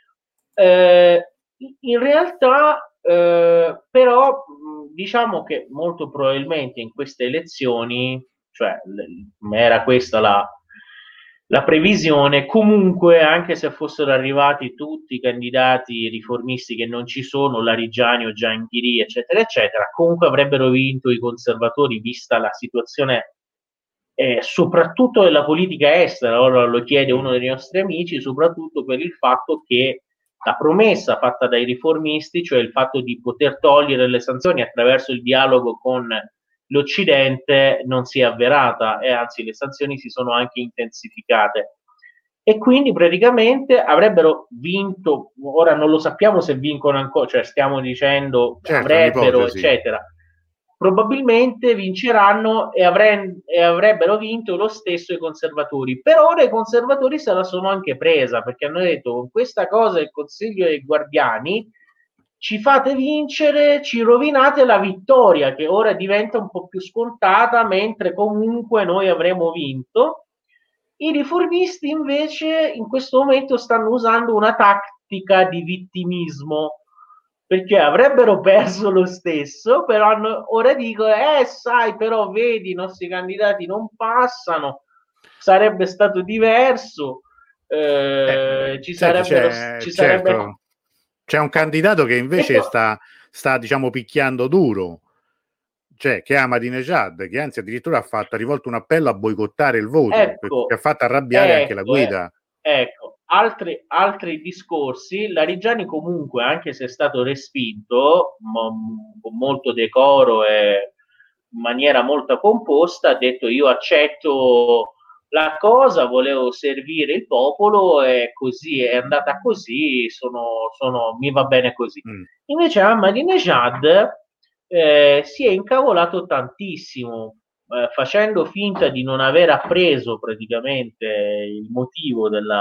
Eh, in realtà, eh, però, diciamo che molto probabilmente in queste elezioni, cioè, era questa la La previsione, comunque, anche se fossero arrivati tutti i candidati riformisti che non ci sono, Larijani o Jahangiri, eccetera, eccetera, comunque avrebbero vinto i conservatori, vista la situazione eh, soprattutto della politica estera. Ora lo chiede uno dei nostri amici, soprattutto per il fatto che la promessa fatta dai riformisti, cioè il fatto di poter togliere le sanzioni attraverso il dialogo con l'Occidente, non si è avverata, e anzi le sanzioni si sono anche intensificate, e quindi praticamente avrebbero vinto. Ora non lo sappiamo se vincono ancora, cioè stiamo dicendo certo, avrebbero eccetera, probabilmente vinceranno e, avre- e avrebbero vinto lo stesso i conservatori. Per ora i conservatori se la sono anche presa, perché hanno detto con questa cosa il Consiglio dei Guardiani ci fate vincere, ci rovinate la vittoria, che ora diventa un po' più scontata, mentre comunque noi avremo vinto. I riformisti invece in questo momento stanno usando una tattica di vittimismo, perché avrebbero perso lo stesso, però hanno, ora dicono, eh sai, però vedi, i nostri candidati non passano, sarebbe stato diverso, eh, Eh, ci senti, sarebbero, c'è, ci sarebbe... certo, c'è un candidato che invece sta, sta, diciamo, picchiando duro, cioè che è Ahmadinejad, che anzi addirittura ha fatto, ha rivolto un appello a boicottare il voto, Ecco, che ha fatto arrabbiare anche la ecco, eh, guida. ecco, altri, altri discorsi. La Reggiani comunque, anche se è stato respinto, mo- con molto decoro e in maniera molto composta, ha detto io accetto la cosa, volevo servire il popolo e così è andata così, sono, sono, mi va bene così. Mm. Invece Ahmadinejad eh, si è incavolato tantissimo, eh, facendo finta di non aver appreso praticamente il motivo della,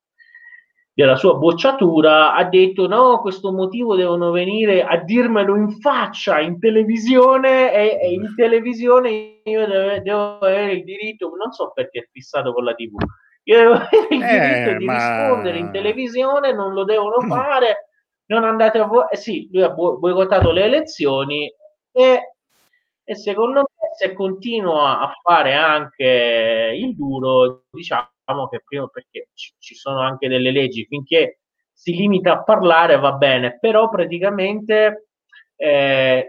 della sua bocciatura, ha detto no, questo motivo devono venire a dirmelo in faccia in televisione e, e in televisione io devo, devo avere il diritto, non so perché è fissato con la tivù, io devo avere il diritto Eh, di rispondere in ma televisione, non lo devono fare, non andate a votare. Eh sì, lui ha boicottato le elezioni e, e secondo me se continua a fare anche il duro, diciamo che prima, perché ci, ci sono anche delle leggi, finché si limita a parlare va bene, però praticamente eh,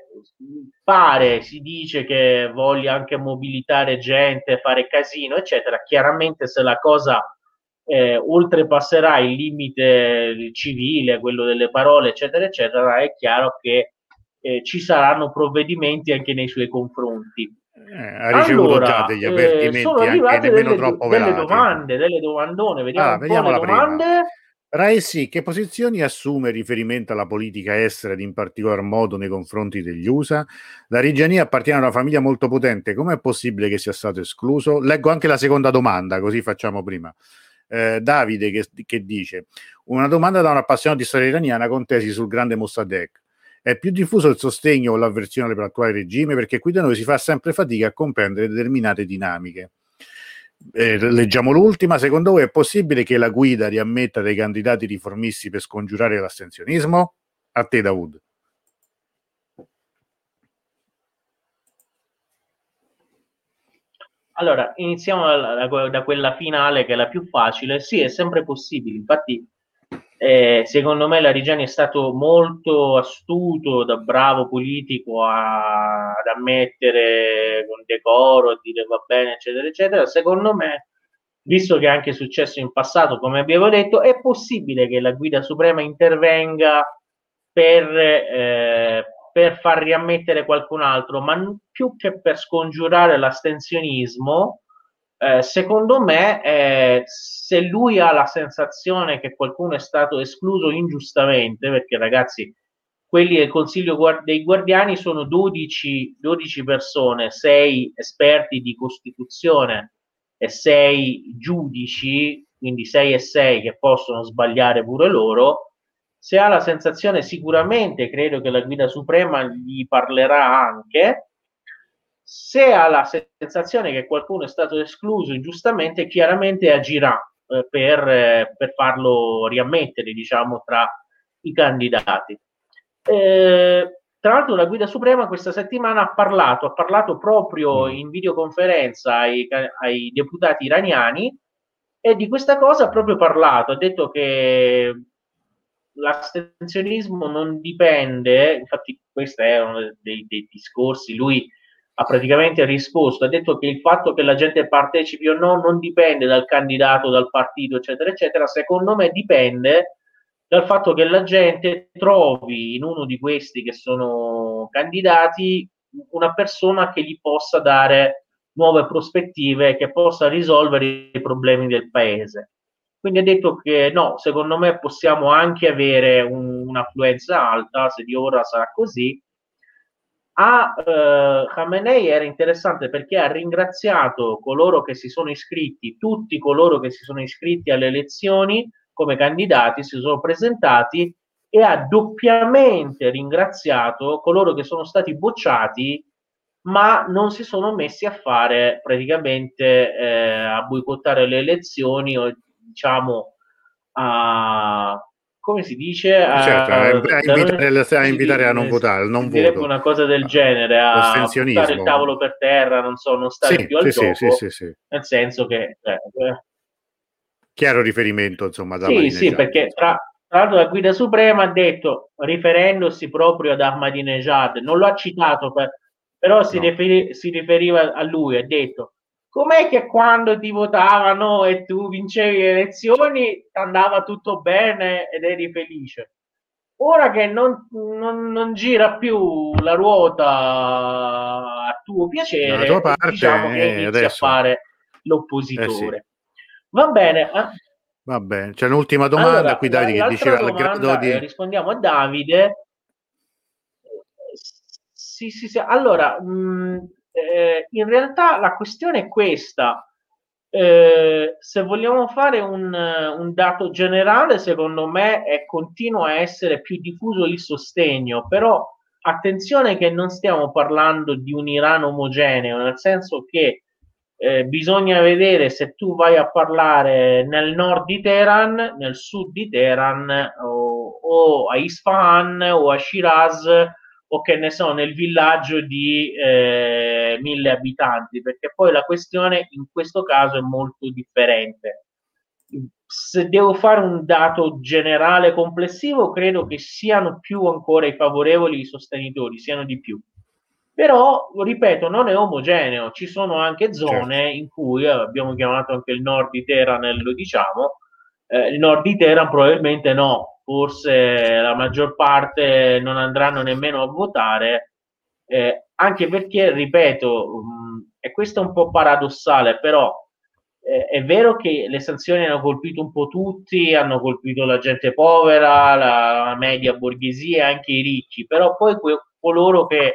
pare, si dice che voglia anche mobilitare gente, fare casino, eccetera. Chiaramente se la cosa eh, oltrepasserà il limite civile, quello delle parole, eccetera, eccetera, è chiaro che eh, ci saranno provvedimenti anche nei suoi confronti. eh, ha ricevuto già Allora, degli eh, sono avvertimenti anche arrivate nemmeno delle, do- troppo delle velati. domande, delle domandone, vediamo Allora, un po' vediamo le la prima. domande. Raisi, che posizioni assume in riferimento alla politica estera ed in particolar modo nei confronti degli U S A? La Reggiani appartiene a una famiglia molto potente, com'è possibile che sia stato escluso? Leggo anche la seconda domanda, così facciamo prima. Eh, Davide che, che dice, una domanda da un appassionato di storia iraniana con tesi sul grande Mossadegh. È più diffuso il sostegno o l'avversione per l'attuale regime? Perché qui da noi si fa sempre fatica a comprendere determinate dinamiche. Eh, leggiamo l'ultima. Secondo voi è possibile che la guida riammetta dei candidati riformisti per scongiurare l'astensionismo? A te, Dawood. Allora, iniziamo da, da, da quella finale che è la più facile. Sì, è sempre possibile. Infatti, eh, secondo me la Reggiani è stato molto astuto, da bravo politico a, ad ammettere con decoro, dire va bene, eccetera, eccetera. Secondo me, visto che è anche successo in passato, come abbiamo detto, è possibile che la guida suprema intervenga per, eh, per far riammettere qualcun altro, ma più che per scongiurare l'astensionismo, eh, secondo me, eh, se lui ha la sensazione che qualcuno è stato escluso ingiustamente, perché ragazzi, quelli del Consiglio dei Guardiani sono dodici, dodici persone, sei esperti di Costituzione e sei giudici, quindi sei e sei che possono sbagliare pure loro. Se ha la sensazione, sicuramente credo che la guida suprema gli parlerà anche. Se ha la sensazione che qualcuno è stato escluso ingiustamente, chiaramente agirà eh, per, eh, per farlo riammettere, diciamo, tra i candidati. Eh, tra l'altro la guida suprema questa settimana ha parlato, ha parlato proprio in videoconferenza ai, ai deputati iraniani e di questa cosa ha proprio parlato, ha detto che l'astensionismo non dipende, infatti questo è uno dei, dei discorsi, lui ha praticamente risposto, ha detto che il fatto che la gente partecipi o no non dipende dal candidato, dal partito, eccetera, eccetera, secondo me dipende dal fatto che la gente trovi in uno di questi che sono candidati una persona che gli possa dare nuove prospettive, che possa risolvere i problemi del paese. Quindi ha detto che no, secondo me possiamo anche avere un, un'affluenza alta, se di ora sarà così, a eh, Khamenei era interessante perché ha ringraziato coloro che si sono iscritti, tutti coloro che si sono iscritti alle elezioni come candidati, si sono presentati, e ha doppiamente ringraziato coloro che sono stati bocciati ma non si sono messi a fare praticamente eh, a boicottare le elezioni o diciamo a come si dice Certo, a, a, a invitare, a, invitare a non si, votare, il non si direbbe voto, una cosa del genere, a buttare il tavolo per terra, non so, non stare sì, più al sì, gioco, sì, sì, sì. nel senso che eh, chiaro riferimento insomma ad sì, Ahmadinejad. sì, perché tra, tra l'altro la guida suprema ha detto, riferendosi proprio ad Ahmadinejad, non lo ha citato, per, però si, no. riferi, si riferiva a lui, ha detto, com'è che quando ti votavano e tu vincevi le elezioni andava tutto bene ed eri felice? Ora che non, non, non gira più la ruota a tuo piacere, Dalla tua parte, diciamo che eh, inizi adesso a fare l'oppositore. Eh sì. Va bene. Eh? Va bene, c'è un'ultima domanda allora, qui, Davide, la, che diceva domanda, il grado di... eh, rispondiamo a Davide. Sì, sì, sì. Allora, mh, eh, in realtà la questione è questa. Eh, se vogliamo fare un, un dato generale, secondo me è, continua a essere più diffuso il sostegno, però attenzione che non stiamo parlando di un Iran omogeneo, nel senso che eh, bisogna vedere se tu vai a parlare nel nord di Teheran, nel sud di Teheran o, o a Isfahan o a Shiraz o che ne so, nel villaggio di eh, mille abitanti, perché poi la questione in questo caso è molto differente. Se devo fare un dato generale complessivo, credo che siano più ancora i favorevoli, i sostenitori, siano di più. Però, ripeto, non è omogeneo, ci sono anche zone certo. in cui eh, abbiamo chiamato anche il nord di Teheran, lo diciamo, eh, il nord di Teheran probabilmente no, forse la maggior parte non andranno nemmeno a votare, eh, anche perché, ripeto, mh, e questo è un po' paradossale, però eh, è vero che le sanzioni hanno colpito un po' tutti, hanno colpito la gente povera, la media borghesia, anche i ricchi, però poi que- coloro che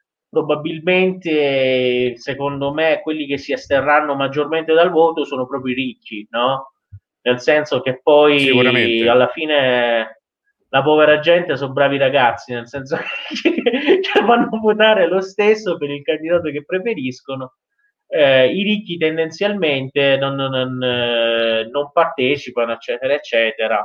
probabilmente, secondo me, quelli che si asterranno maggiormente dal voto sono proprio i ricchi, no? Nel senso che poi alla fine la povera gente sono bravi ragazzi, nel senso che, che vanno a votare lo stesso per il candidato che preferiscono. Eh, I ricchi tendenzialmente non, non, non, eh, non partecipano, eccetera, eccetera.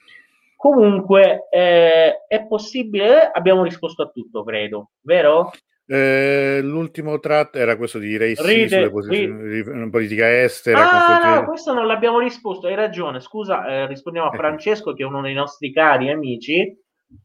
Comunque eh, è possibile, abbiamo risposto a tutto, credo, vero? Eh, l'ultimo tratto era questo di Raisi Ride, sulle posizioni ride. di politica estera. Ah, confronti... no, questo non l'abbiamo risposto, hai ragione. Scusa, eh, rispondiamo a Francesco, che è uno dei nostri cari amici.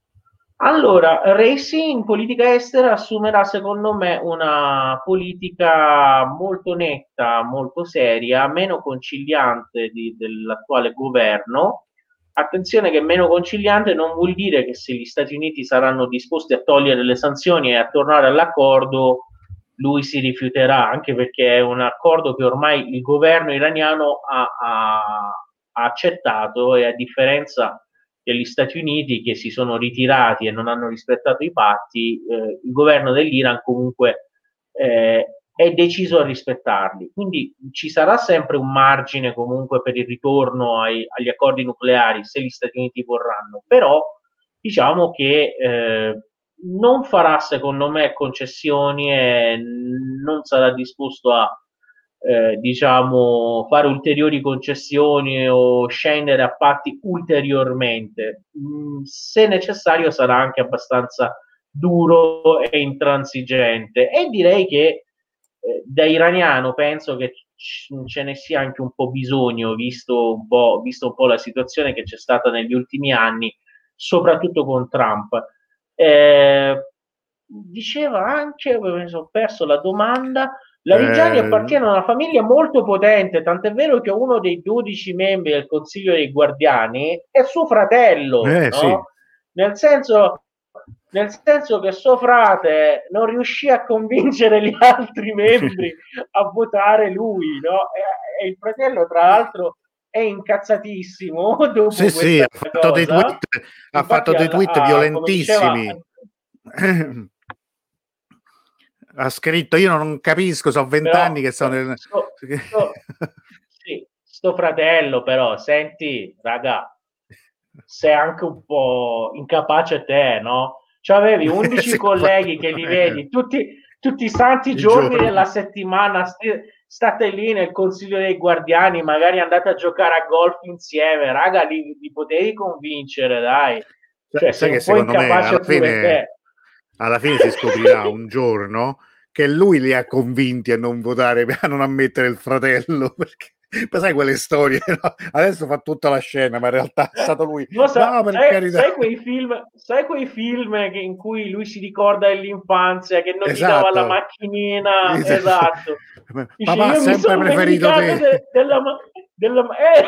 Allora, Raisi in politica estera assumerà, secondo me, una politica molto netta, molto seria, meno conciliante di, dell'attuale governo. Attenzione che meno conciliante non vuol dire che se gli Stati Uniti saranno disposti a togliere le sanzioni e a tornare all'accordo, lui si rifiuterà, anche perché è un accordo che ormai il governo iraniano ha, ha, ha accettato, e a differenza degli Stati Uniti che si sono ritirati e non hanno rispettato i patti, eh, il governo dell'Iran comunque eh, è deciso a rispettarli. Quindi ci sarà sempre un margine comunque per il ritorno ai, agli accordi nucleari se gli Stati Uniti vorranno, però diciamo che eh, non farà secondo me concessioni e non sarà disposto a eh, diciamo fare ulteriori concessioni o scendere a patti ulteriormente. Mm, se necessario sarà anche abbastanza duro e intransigente, e direi che eh, da iraniano penso che c- ce ne sia anche un po' bisogno, visto un po', visto un po' la situazione che c'è stata negli ultimi anni, soprattutto con Trump. Eh, diceva anche, mi sono perso la domanda, Larijani Eh, appartiene a una famiglia molto potente, tant'è vero che uno dei dodici membri del Consiglio dei Guardiani è suo fratello, eh, no? sì. Nel senso, nel senso che suo frate non riuscì a convincere gli altri membri a votare lui, no? E, e il fratello, tra l'altro, è incazzatissimo dopo sì, questa sì, ha fatto cosa. dei tweet, ha fatto dei tweet a, violentissimi. violentissimi. ha scritto io non capisco, so vent'anni che sono nel... sto, sto, sì, sto fratello però, senti raga, sei anche un po' incapace te, no? Cioè avevi undici sì, colleghi che li vedi tutti, tutti i santi giorni, giorni della settimana, st- state lì nel consiglio dei guardiani, magari andate a giocare a golf insieme, raga, li, li potevi convincere, dai. Cioè, sei sai un che po' secondo me incapace alla pure fine, te. alla fine si scoprirà un giorno che lui li ha convinti a non votare, a non ammettere il fratello, perché poi sai quelle storie, no? Adesso fa tutta la scena, ma in realtà è stato lui. No, sa, no, per sai, carità. sai quei film, sai quei film che, in cui lui si ricorda dell'infanzia, che non esatto. gli dava la macchinina, esatto. Dice, Papà ha sempre preferito te. De, della, della, eh,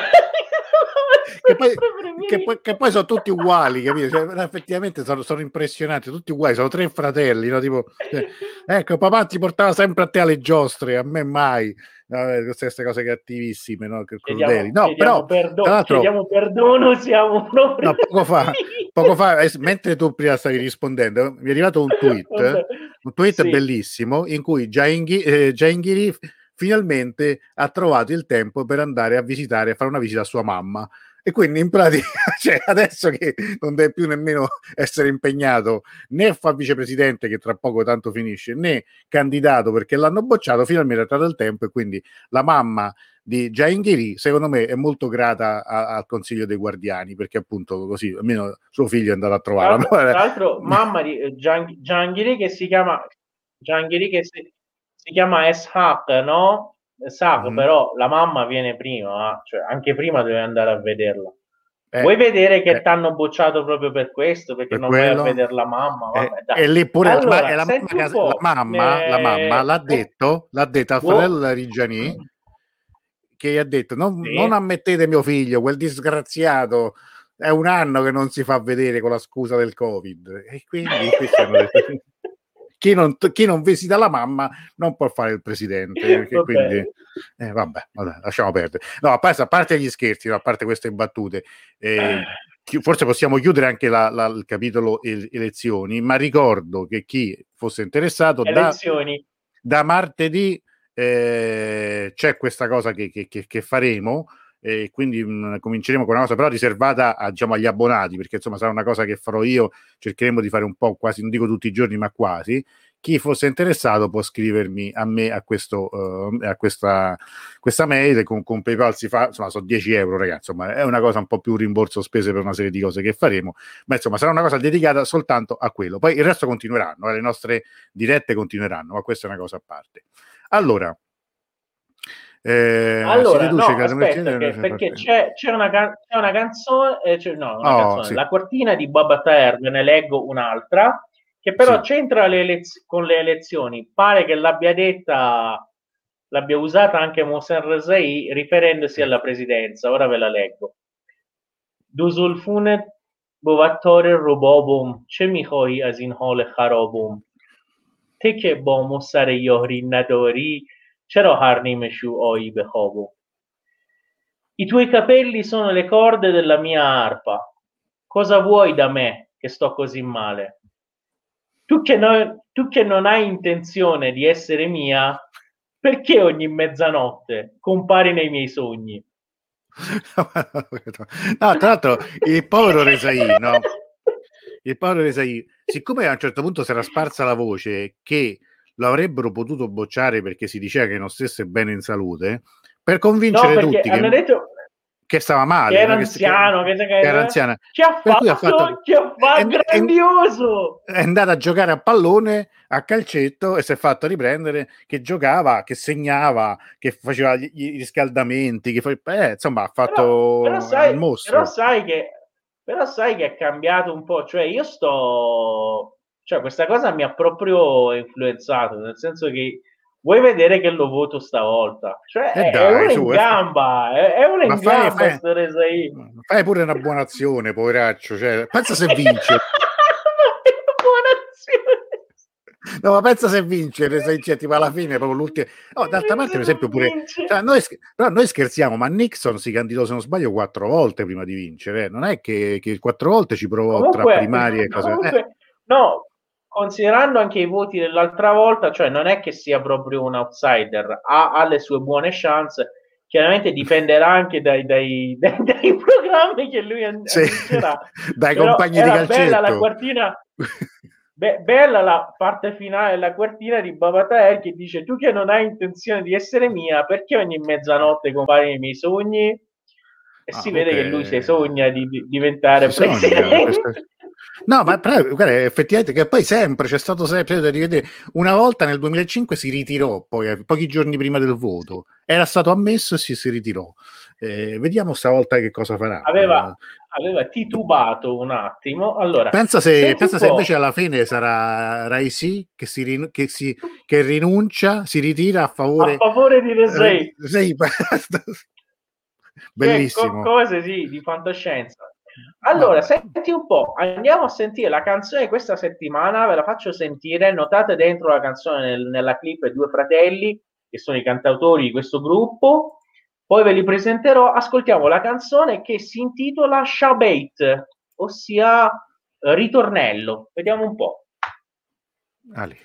che, poi, che, poi, che poi sono tutti uguali, capito? Cioè, effettivamente sono, sono impressionanti, tutti uguali, sono tre fratelli, no? Tipo, cioè, ecco, papà ti portava sempre a te alle giostre, a me mai. No, queste cose cattivissime, no? Crudeli. No, chiediamo, però perdo- tra l'altro, chiediamo perdono, siamo proprio... no, poco fa, poco fa, mentre tu prima stavi rispondendo, mi è arrivato un tweet, un tweet sì. bellissimo, in cui Jahangiri eh, finalmente ha trovato il tempo per andare a visitare, a fare una visita a sua mamma. E quindi in pratica, cioè, adesso che non deve più nemmeno essere impegnato né a fare vicepresidente, che tra poco tanto finisce, né candidato perché l'hanno bocciato, finalmente ha trovato il tempo, e quindi la mamma di Jahangiri secondo me è molto grata a, al Consiglio dei Guardiani, perché appunto così almeno suo figlio è andato a trovarla. Tra l'altro mamma di Jahangiri che si chiama Jahangiri che si, si chiama Eshaq, no? Eshaq, mm. Però la mamma viene prima, cioè anche prima deve andare a vederla. Eh, Vuoi vedere che eh, t'hanno bocciato proprio per questo? Perché per non quello, vai a vedere la mamma? Vabbè, dai. E lì pure allora, ma, la, mamma, la, mamma, ne... la mamma l'ha detto, l'ha detto al boh. fratello Reggiani, che gli ha detto non, sì. non ammettete mio figlio, quel disgraziato è un anno che non si fa vedere con la scusa del Covid, e quindi questi hanno detto chi non, chi non visita la mamma non può fare il presidente, perché vabbè. Quindi eh, vabbè, vabbè, lasciamo perdere. No, a parte, a parte gli scherzi, no, a parte queste battute, eh, forse possiamo chiudere anche la, la, il capitolo elezioni, ma ricordo che chi fosse interessato da, da martedì eh, c'è questa cosa che, che, che, che faremo, e quindi mh, cominceremo con una cosa però riservata a, diciamo, agli abbonati, perché insomma sarà una cosa che farò io, cercheremo di fare un po' quasi, non dico tutti i giorni, ma quasi. Chi fosse interessato può scrivermi a me a questo uh, a questa, questa mail, con, con PayPal si fa, insomma sono dieci euro, ragazzi, insomma è una cosa un po' più rimborso spese per una serie di cose che faremo, ma insomma sarà una cosa dedicata soltanto a quello, poi il resto continueranno, eh, le nostre dirette continueranno, ma questa è una cosa a parte. Allora Eh, allora, no, aspetta, che, perché c'è, c'è, una can- c'è una canzone, eh, c'è, no, una oh, canzone, sì. La cortina di Baba Taher, ve ne leggo un'altra, che però sì. c'entra le elez- con le elezioni, pare che l'abbia detta, l'abbia usata anche Mohsen Rezaei riferendosi alla presidenza, ora ve la leggo. Duzulfunet bovattore robobum, ce mikhoi az in hal kharabum, te che ba musar yahri nadari, c'era Harnimeshu Oi Behobo. I tuoi capelli sono le corde della mia arpa. Cosa vuoi da me che sto così male? Tu che, no, tu che non hai intenzione di essere mia, perché ogni mezzanotte compari nei miei sogni? No, tra l'altro il povero Rezaei, no? Il povero Rezaei, siccome a un certo punto si era sparsa la voce che lo avrebbero potuto bocciare perché si diceva che non stesse bene in salute, per convincere no, tutti hanno che, detto che stava male, che era anziano, che, che, che era anziana. Che ha fatto, ha fatto che ha fatto è, grandioso, è, è andato a giocare a pallone, a calcetto, e si è fatto riprendere che giocava, che segnava, che faceva gli, gli riscaldamenti, che fa, eh, insomma ha fatto però, però sai, il mostro. Però sai che però sai che è cambiato un po', cioè io sto, cioè questa cosa mi ha proprio influenzato, nel senso che vuoi vedere che lo voto stavolta, cioè eh è, dai, è una su, in gamba, è, è una in fai, gamba fai, Rezaei. Fai pure una buona azione, poveraccio, cioè, pensa se vince. No, ma pensa se vince, cioè, tipo alla fine proprio l'ultimo. Oh, d'altra parte, per esempio, pure cioè, noi, però noi scherziamo, ma Nixon si candidò, se non sbaglio, quattro volte prima di vincere. Eh. Non è che, che quattro volte ci provò comunque, tra primarie e cose. Comunque, eh. No, considerando anche i voti dell'altra volta, cioè non è che sia proprio un outsider, ha, ha le sue buone chance. Chiaramente dipenderà anche dai, dai, dai, dai programmi che lui annuncerà. Sì, dai Però compagni era di calcetto. Bella la quartina, be, bella la parte finale, la quartina di Baba Taher che dice: tu che non hai intenzione di essere mia, perché ogni mezzanotte compari nei miei sogni? E Ah, si vede okay. che lui si sogna di, di diventare si presidente. Sogna, no, ma però, guarda, effettivamente che poi sempre c'è stato sempre da rivedere. Una volta nel duemilacinque si ritirò, poi pochi giorni prima del voto era stato ammesso e si, si ritirò. Eh, vediamo stavolta che cosa farà. Aveva, aveva titubato un attimo. Allora, pensa se, pensa se invece alla fine sarà Raisi che, si rin- che, si, che rinuncia, si ritira a favore, a favore di Resei. Sì, bellissimo. Co- cose sì, di fantascienza. Allora, no, senti un po', andiamo a sentire la canzone di questa settimana, ve la faccio sentire, notate dentro la canzone nel, nella clip due fratelli, che sono i cantautori di questo gruppo, poi ve li presenterò, ascoltiamo la canzone che si intitola Shabbat, ossia eh, ritornello, vediamo un po'. Ali.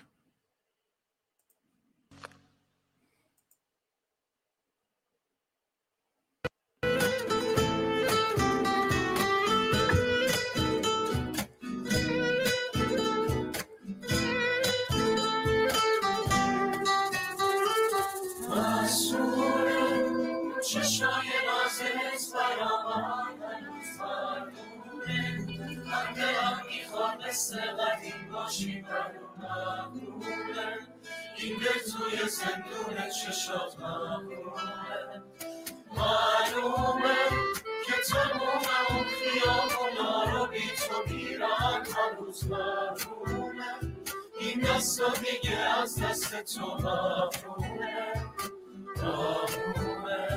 چشای نازت برآمد هنوز مردونه من دلم میخواد مثل قدیم باشی برام مقبوله این دل توی زندون چشات مقبوله معلومه که تموم اون خیابونا رو بی تو میرن هنوز محرومه این دستا دیگه از دست تو محرومه محرومه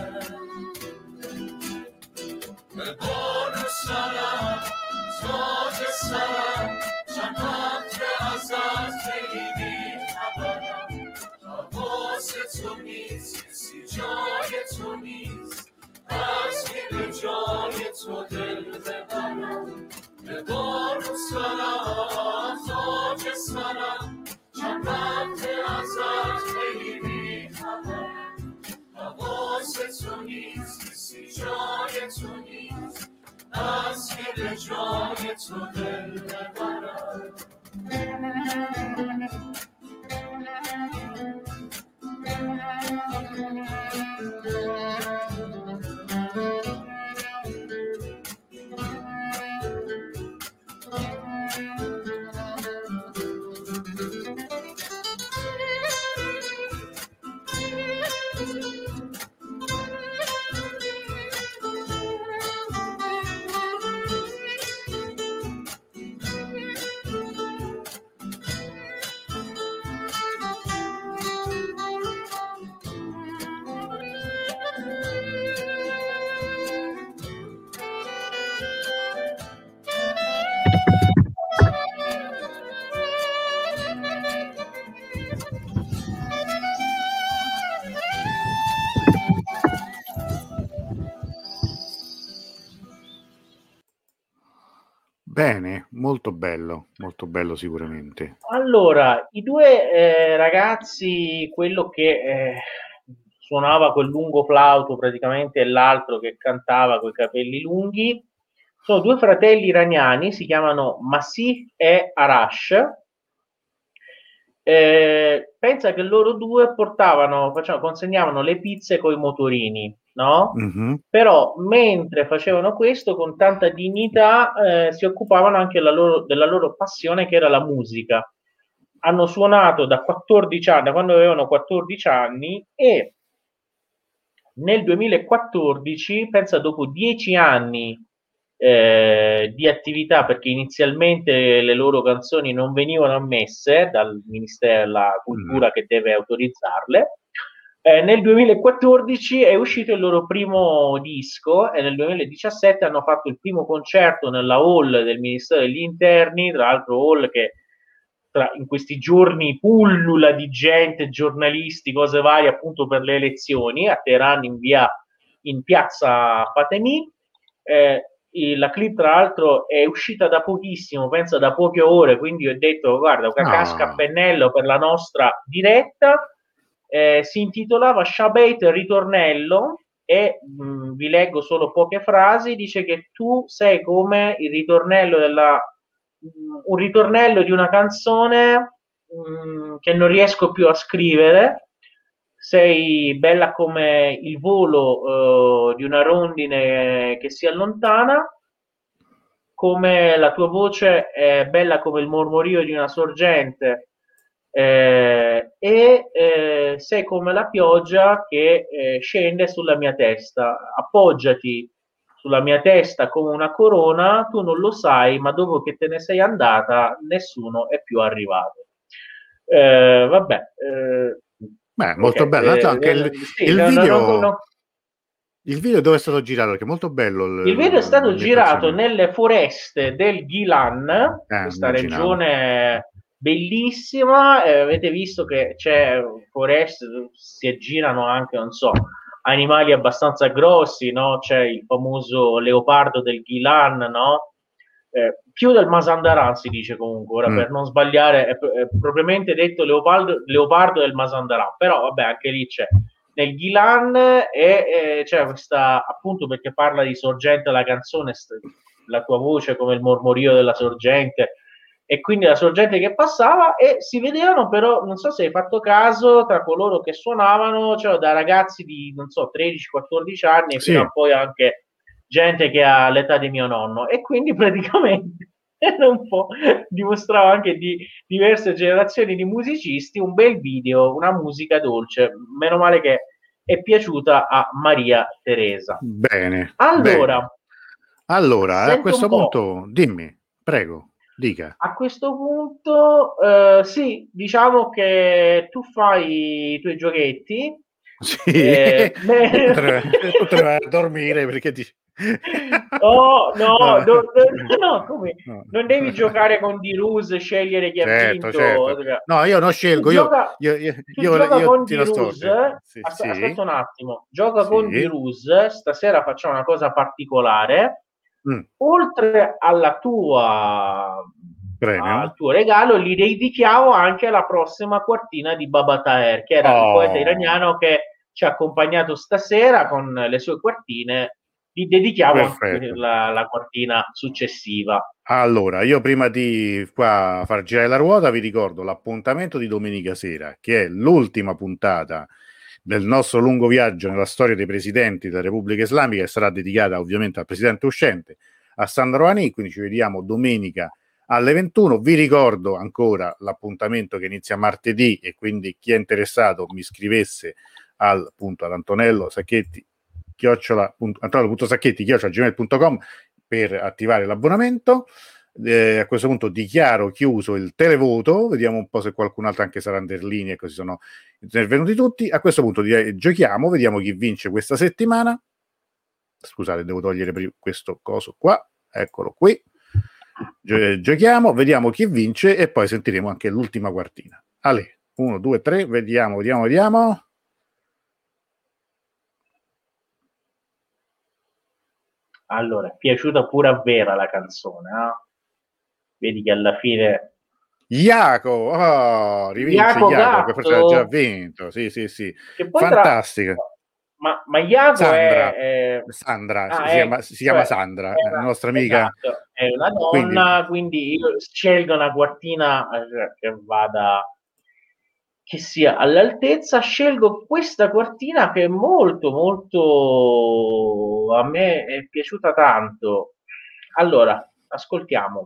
به بارو سرم تاج سرم چند قطره ازت خیلی بی خبرم حواس تو نیست کسی جای تو نیست از که به جای تو دل ببرم به بارو سرم تاج سرم چند قطره ازت خیلی بی خبرم حواس تو نیست کسی جای تو نیست از که به جای تو دل ببرم Bene, molto bello, molto bello sicuramente. Allora, i due eh, ragazzi, quello che eh, suonava quel lungo flauto praticamente e l'altro che cantava coi capelli lunghi, sono due fratelli iraniani, si chiamano Masih e Arash. Eh, pensa che loro due portavano, facciamo, consegnavano le pizze coi motorini, no? Mm-hmm. Però mentre facevano questo con tanta dignità eh, si occupavano anche la loro, della loro passione che era la musica. Hanno suonato da quattordici anni, da quando avevano quattordici anni e nel duemilaquattordici, pensa dopo dieci anni eh, di attività, perché inizialmente le loro canzoni non venivano ammesse dal Ministero della Cultura mm. che deve autorizzarle, Eh, nel duemilaquattordici è uscito il loro primo disco e nel duemiladiciassette hanno fatto il primo concerto nella hall del Ministero degli Interni, tra l'altro hall che tra, in questi giorni pullula di gente, giornalisti, cose varie appunto per le elezioni a Teheran in via in piazza Fatemi. Eh, il- la clip tra l'altro è uscita da pochissimo, penso da poche ore, quindi ho detto guarda, una casca a No. pennello per la nostra diretta. Eh, si intitolava Shabbat ritornello e mh, vi leggo solo poche frasi. Dice che tu sei come il ritornello della mh, un ritornello di una canzone mh, che non riesco più a scrivere. Sei bella come il volo eh, di una rondine che si allontana, come la tua voce è bella come il mormorio di una sorgente, eh, e eh, sei come la pioggia che eh, scende sulla mia testa. Appoggiati sulla mia testa come una corona, tu non lo sai, ma dopo che te ne sei andata, nessuno è più arrivato. Eh, vabbè, eh, Beh, ok, molto bello. Tanto eh, anche il, sì, il no, no, no, video, no. il video dove è stato girato? Perché è molto bello l- Il video è l- stato girato l'ambientazione. nelle foreste del Gilan, Eh, questa immaginavo. regione bellissima. Eh, avete visto che c'è foreste, si girano anche, non so, animali abbastanza grossi, no? C'è il famoso leopardo del Gilan, no? Eh, più del Mazandaran si dice comunque, ora Mm. per non sbagliare, è, è propriamente detto leopardo, leopardo del Mazandaran, però vabbè, anche lì c'è nel Ghilan e eh, c'è questa, appunto perché parla di sorgente la canzone, st- la tua voce come il mormorio della sorgente, e quindi la sorgente che passava, e si vedevano però, non so se hai fatto caso, tra coloro che suonavano, cioè da ragazzi di, non so, tredici quattordici anni fino Sì, a poi anche gente che ha l'età di mio nonno, e quindi praticamente era un po', dimostrava anche di diverse generazioni di musicisti, un bel video, una musica dolce, meno male che è piaciuta a Maria Teresa. bene, Allora, bene. Allora, a sento un questo po'. punto, dimmi, prego, dica. A questo punto, eh, sì, diciamo che tu fai i tuoi giochetti. Sì, Eh, tu me- te ne, tu te ne vai a dormire perché ti... Oh, no, No, no, no, no, come? no. Non devi giocare con D-Ruse e scegliere chi ha Certo, vinto. certo. No, io non Chi scelgo, io, gioca, io, io, chi io, gioca io con tiro storte. D-Ruse, Sì, aspe- sì, aspetta un attimo, gioca con sì. D-Ruse, stasera facciamo una cosa particolare. Mm, Oltre alla tua, al premio. tuo regalo, gli dedichiamo anche la prossima quartina di Baba Taher, che era il poeta Oh, iraniano che ci ha accompagnato stasera con le sue quartine. Gli dedichiamo anche perfetto. la, la quartina successiva. Allora, io prima di qua far girare la ruota vi ricordo l'appuntamento di domenica sera, che è l'ultima puntata del nostro lungo viaggio nella storia dei presidenti della Repubblica Islamica, che sarà dedicata ovviamente al presidente uscente, a Sandro Rouhani, quindi ci vediamo domenica alle ventuno. Vi ricordo ancora l'appuntamento che inizia martedì, e quindi chi è interessato mi scrivesse al appunto ad Antonello Sacchetti chiocciola, antonello punto sacchetti chiocciola gmail punto com per attivare l'abbonamento. Eh, a questo punto dichiaro chiuso il televoto, vediamo un po' se qualcun altro anche sarà in linea, così sono intervenuti tutti. A questo punto direi, giochiamo, vediamo chi vince questa settimana. Scusate, devo togliere questo coso qua, eccolo qui. Gio- giochiamo, vediamo chi vince e poi sentiremo anche l'ultima quartina. Ale, uno, due, tre, vediamo, vediamo, vediamo. Allora, è piaciuta pure a Vera la canzone, eh? Vedi che alla fine Iaco, oh, rivince Iaco Iaco, che forse ha già Gatto, vinto. Sì, sì, sì. che poi tra... Fantastica. Ma, ma Iaco è, Sandra, è... Sandra, si, Ah, si chiama, ecco, si chiama cioè, Sandra, è è la una... nostra amica. Esatto, è una Quindi, donna, quindi io scelgo una quartina eh, che vada, che sia all'altezza. Scelgo questa quartina che è molto, molto, a me è piaciuta tanto. Allora, ascoltiamo.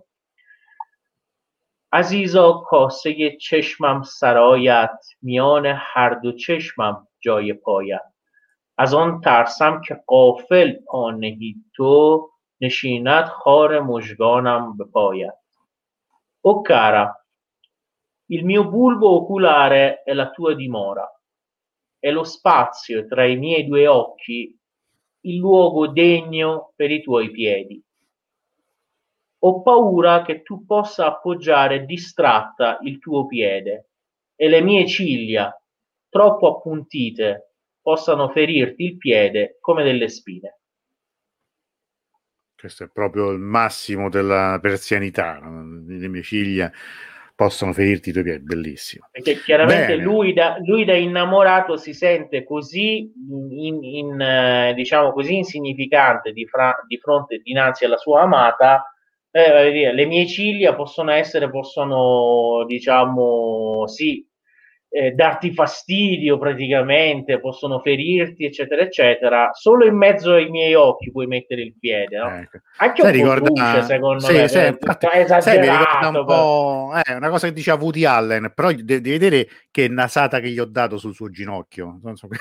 عزیزا کاسه چشمم سرایت میان هر دو چشمم جای پایت از آن ترسم که غافل پا نهی تو نشیند خار مژگانم به پایت. O cara, il mio bulbo oculare è la tua dimora, è lo spazio tra i miei due occhi, il luogo degno per i tuoi piedi. Ho paura che tu possa appoggiare distratta il tuo piede e le mie ciglia, troppo appuntite, possano ferirti il piede come delle spine. ok, questo è proprio il massimo della persianità, no? Le mie ciglia possono ferirti i tuoi piedi, bellissimo. Perché chiaramente Bene. lui da, lui da innamorato si sente così in, in, eh, diciamo così insignificante di, fra, di fronte dinanzi alla sua amata. Eh, voglio dire, le mie ciglia possono essere, possono, diciamo, sì, eh, darti fastidio praticamente, possono ferirti, eccetera, eccetera. Solo in mezzo ai miei occhi puoi mettere il piede, no? Ecco. Anche Sai, un po' ricorda, truce, secondo sì, me, sì, eh, infatti, sai, mi ricorda esagerato. un po', eh, una cosa che diceva Woody Allen, però de- devi vedere che nasata che gli ho dato sul suo ginocchio. Non so,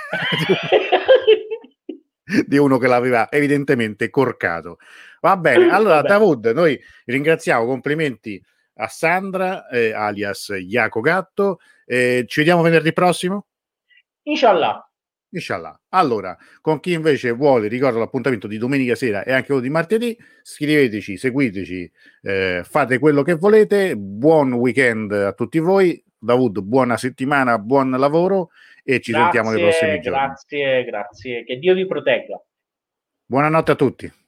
di uno che l'aveva evidentemente corcato. Va bene, allora Vabbè. Davud, noi ringraziamo, complimenti a Sandra, eh, alias Iaco Gatto, eh, ci vediamo venerdì prossimo? Inshallah. Inshallah. Allora, con chi invece vuole, ricordo l'appuntamento di domenica sera e anche quello di martedì, scriveteci, seguiteci, eh, fate quello che volete, buon weekend a tutti voi, Davud, buona settimana, buon lavoro e ci Grazie, sentiamo nei prossimi giorni. grazie, grazie. Che Dio vi protegga. Buonanotte a tutti.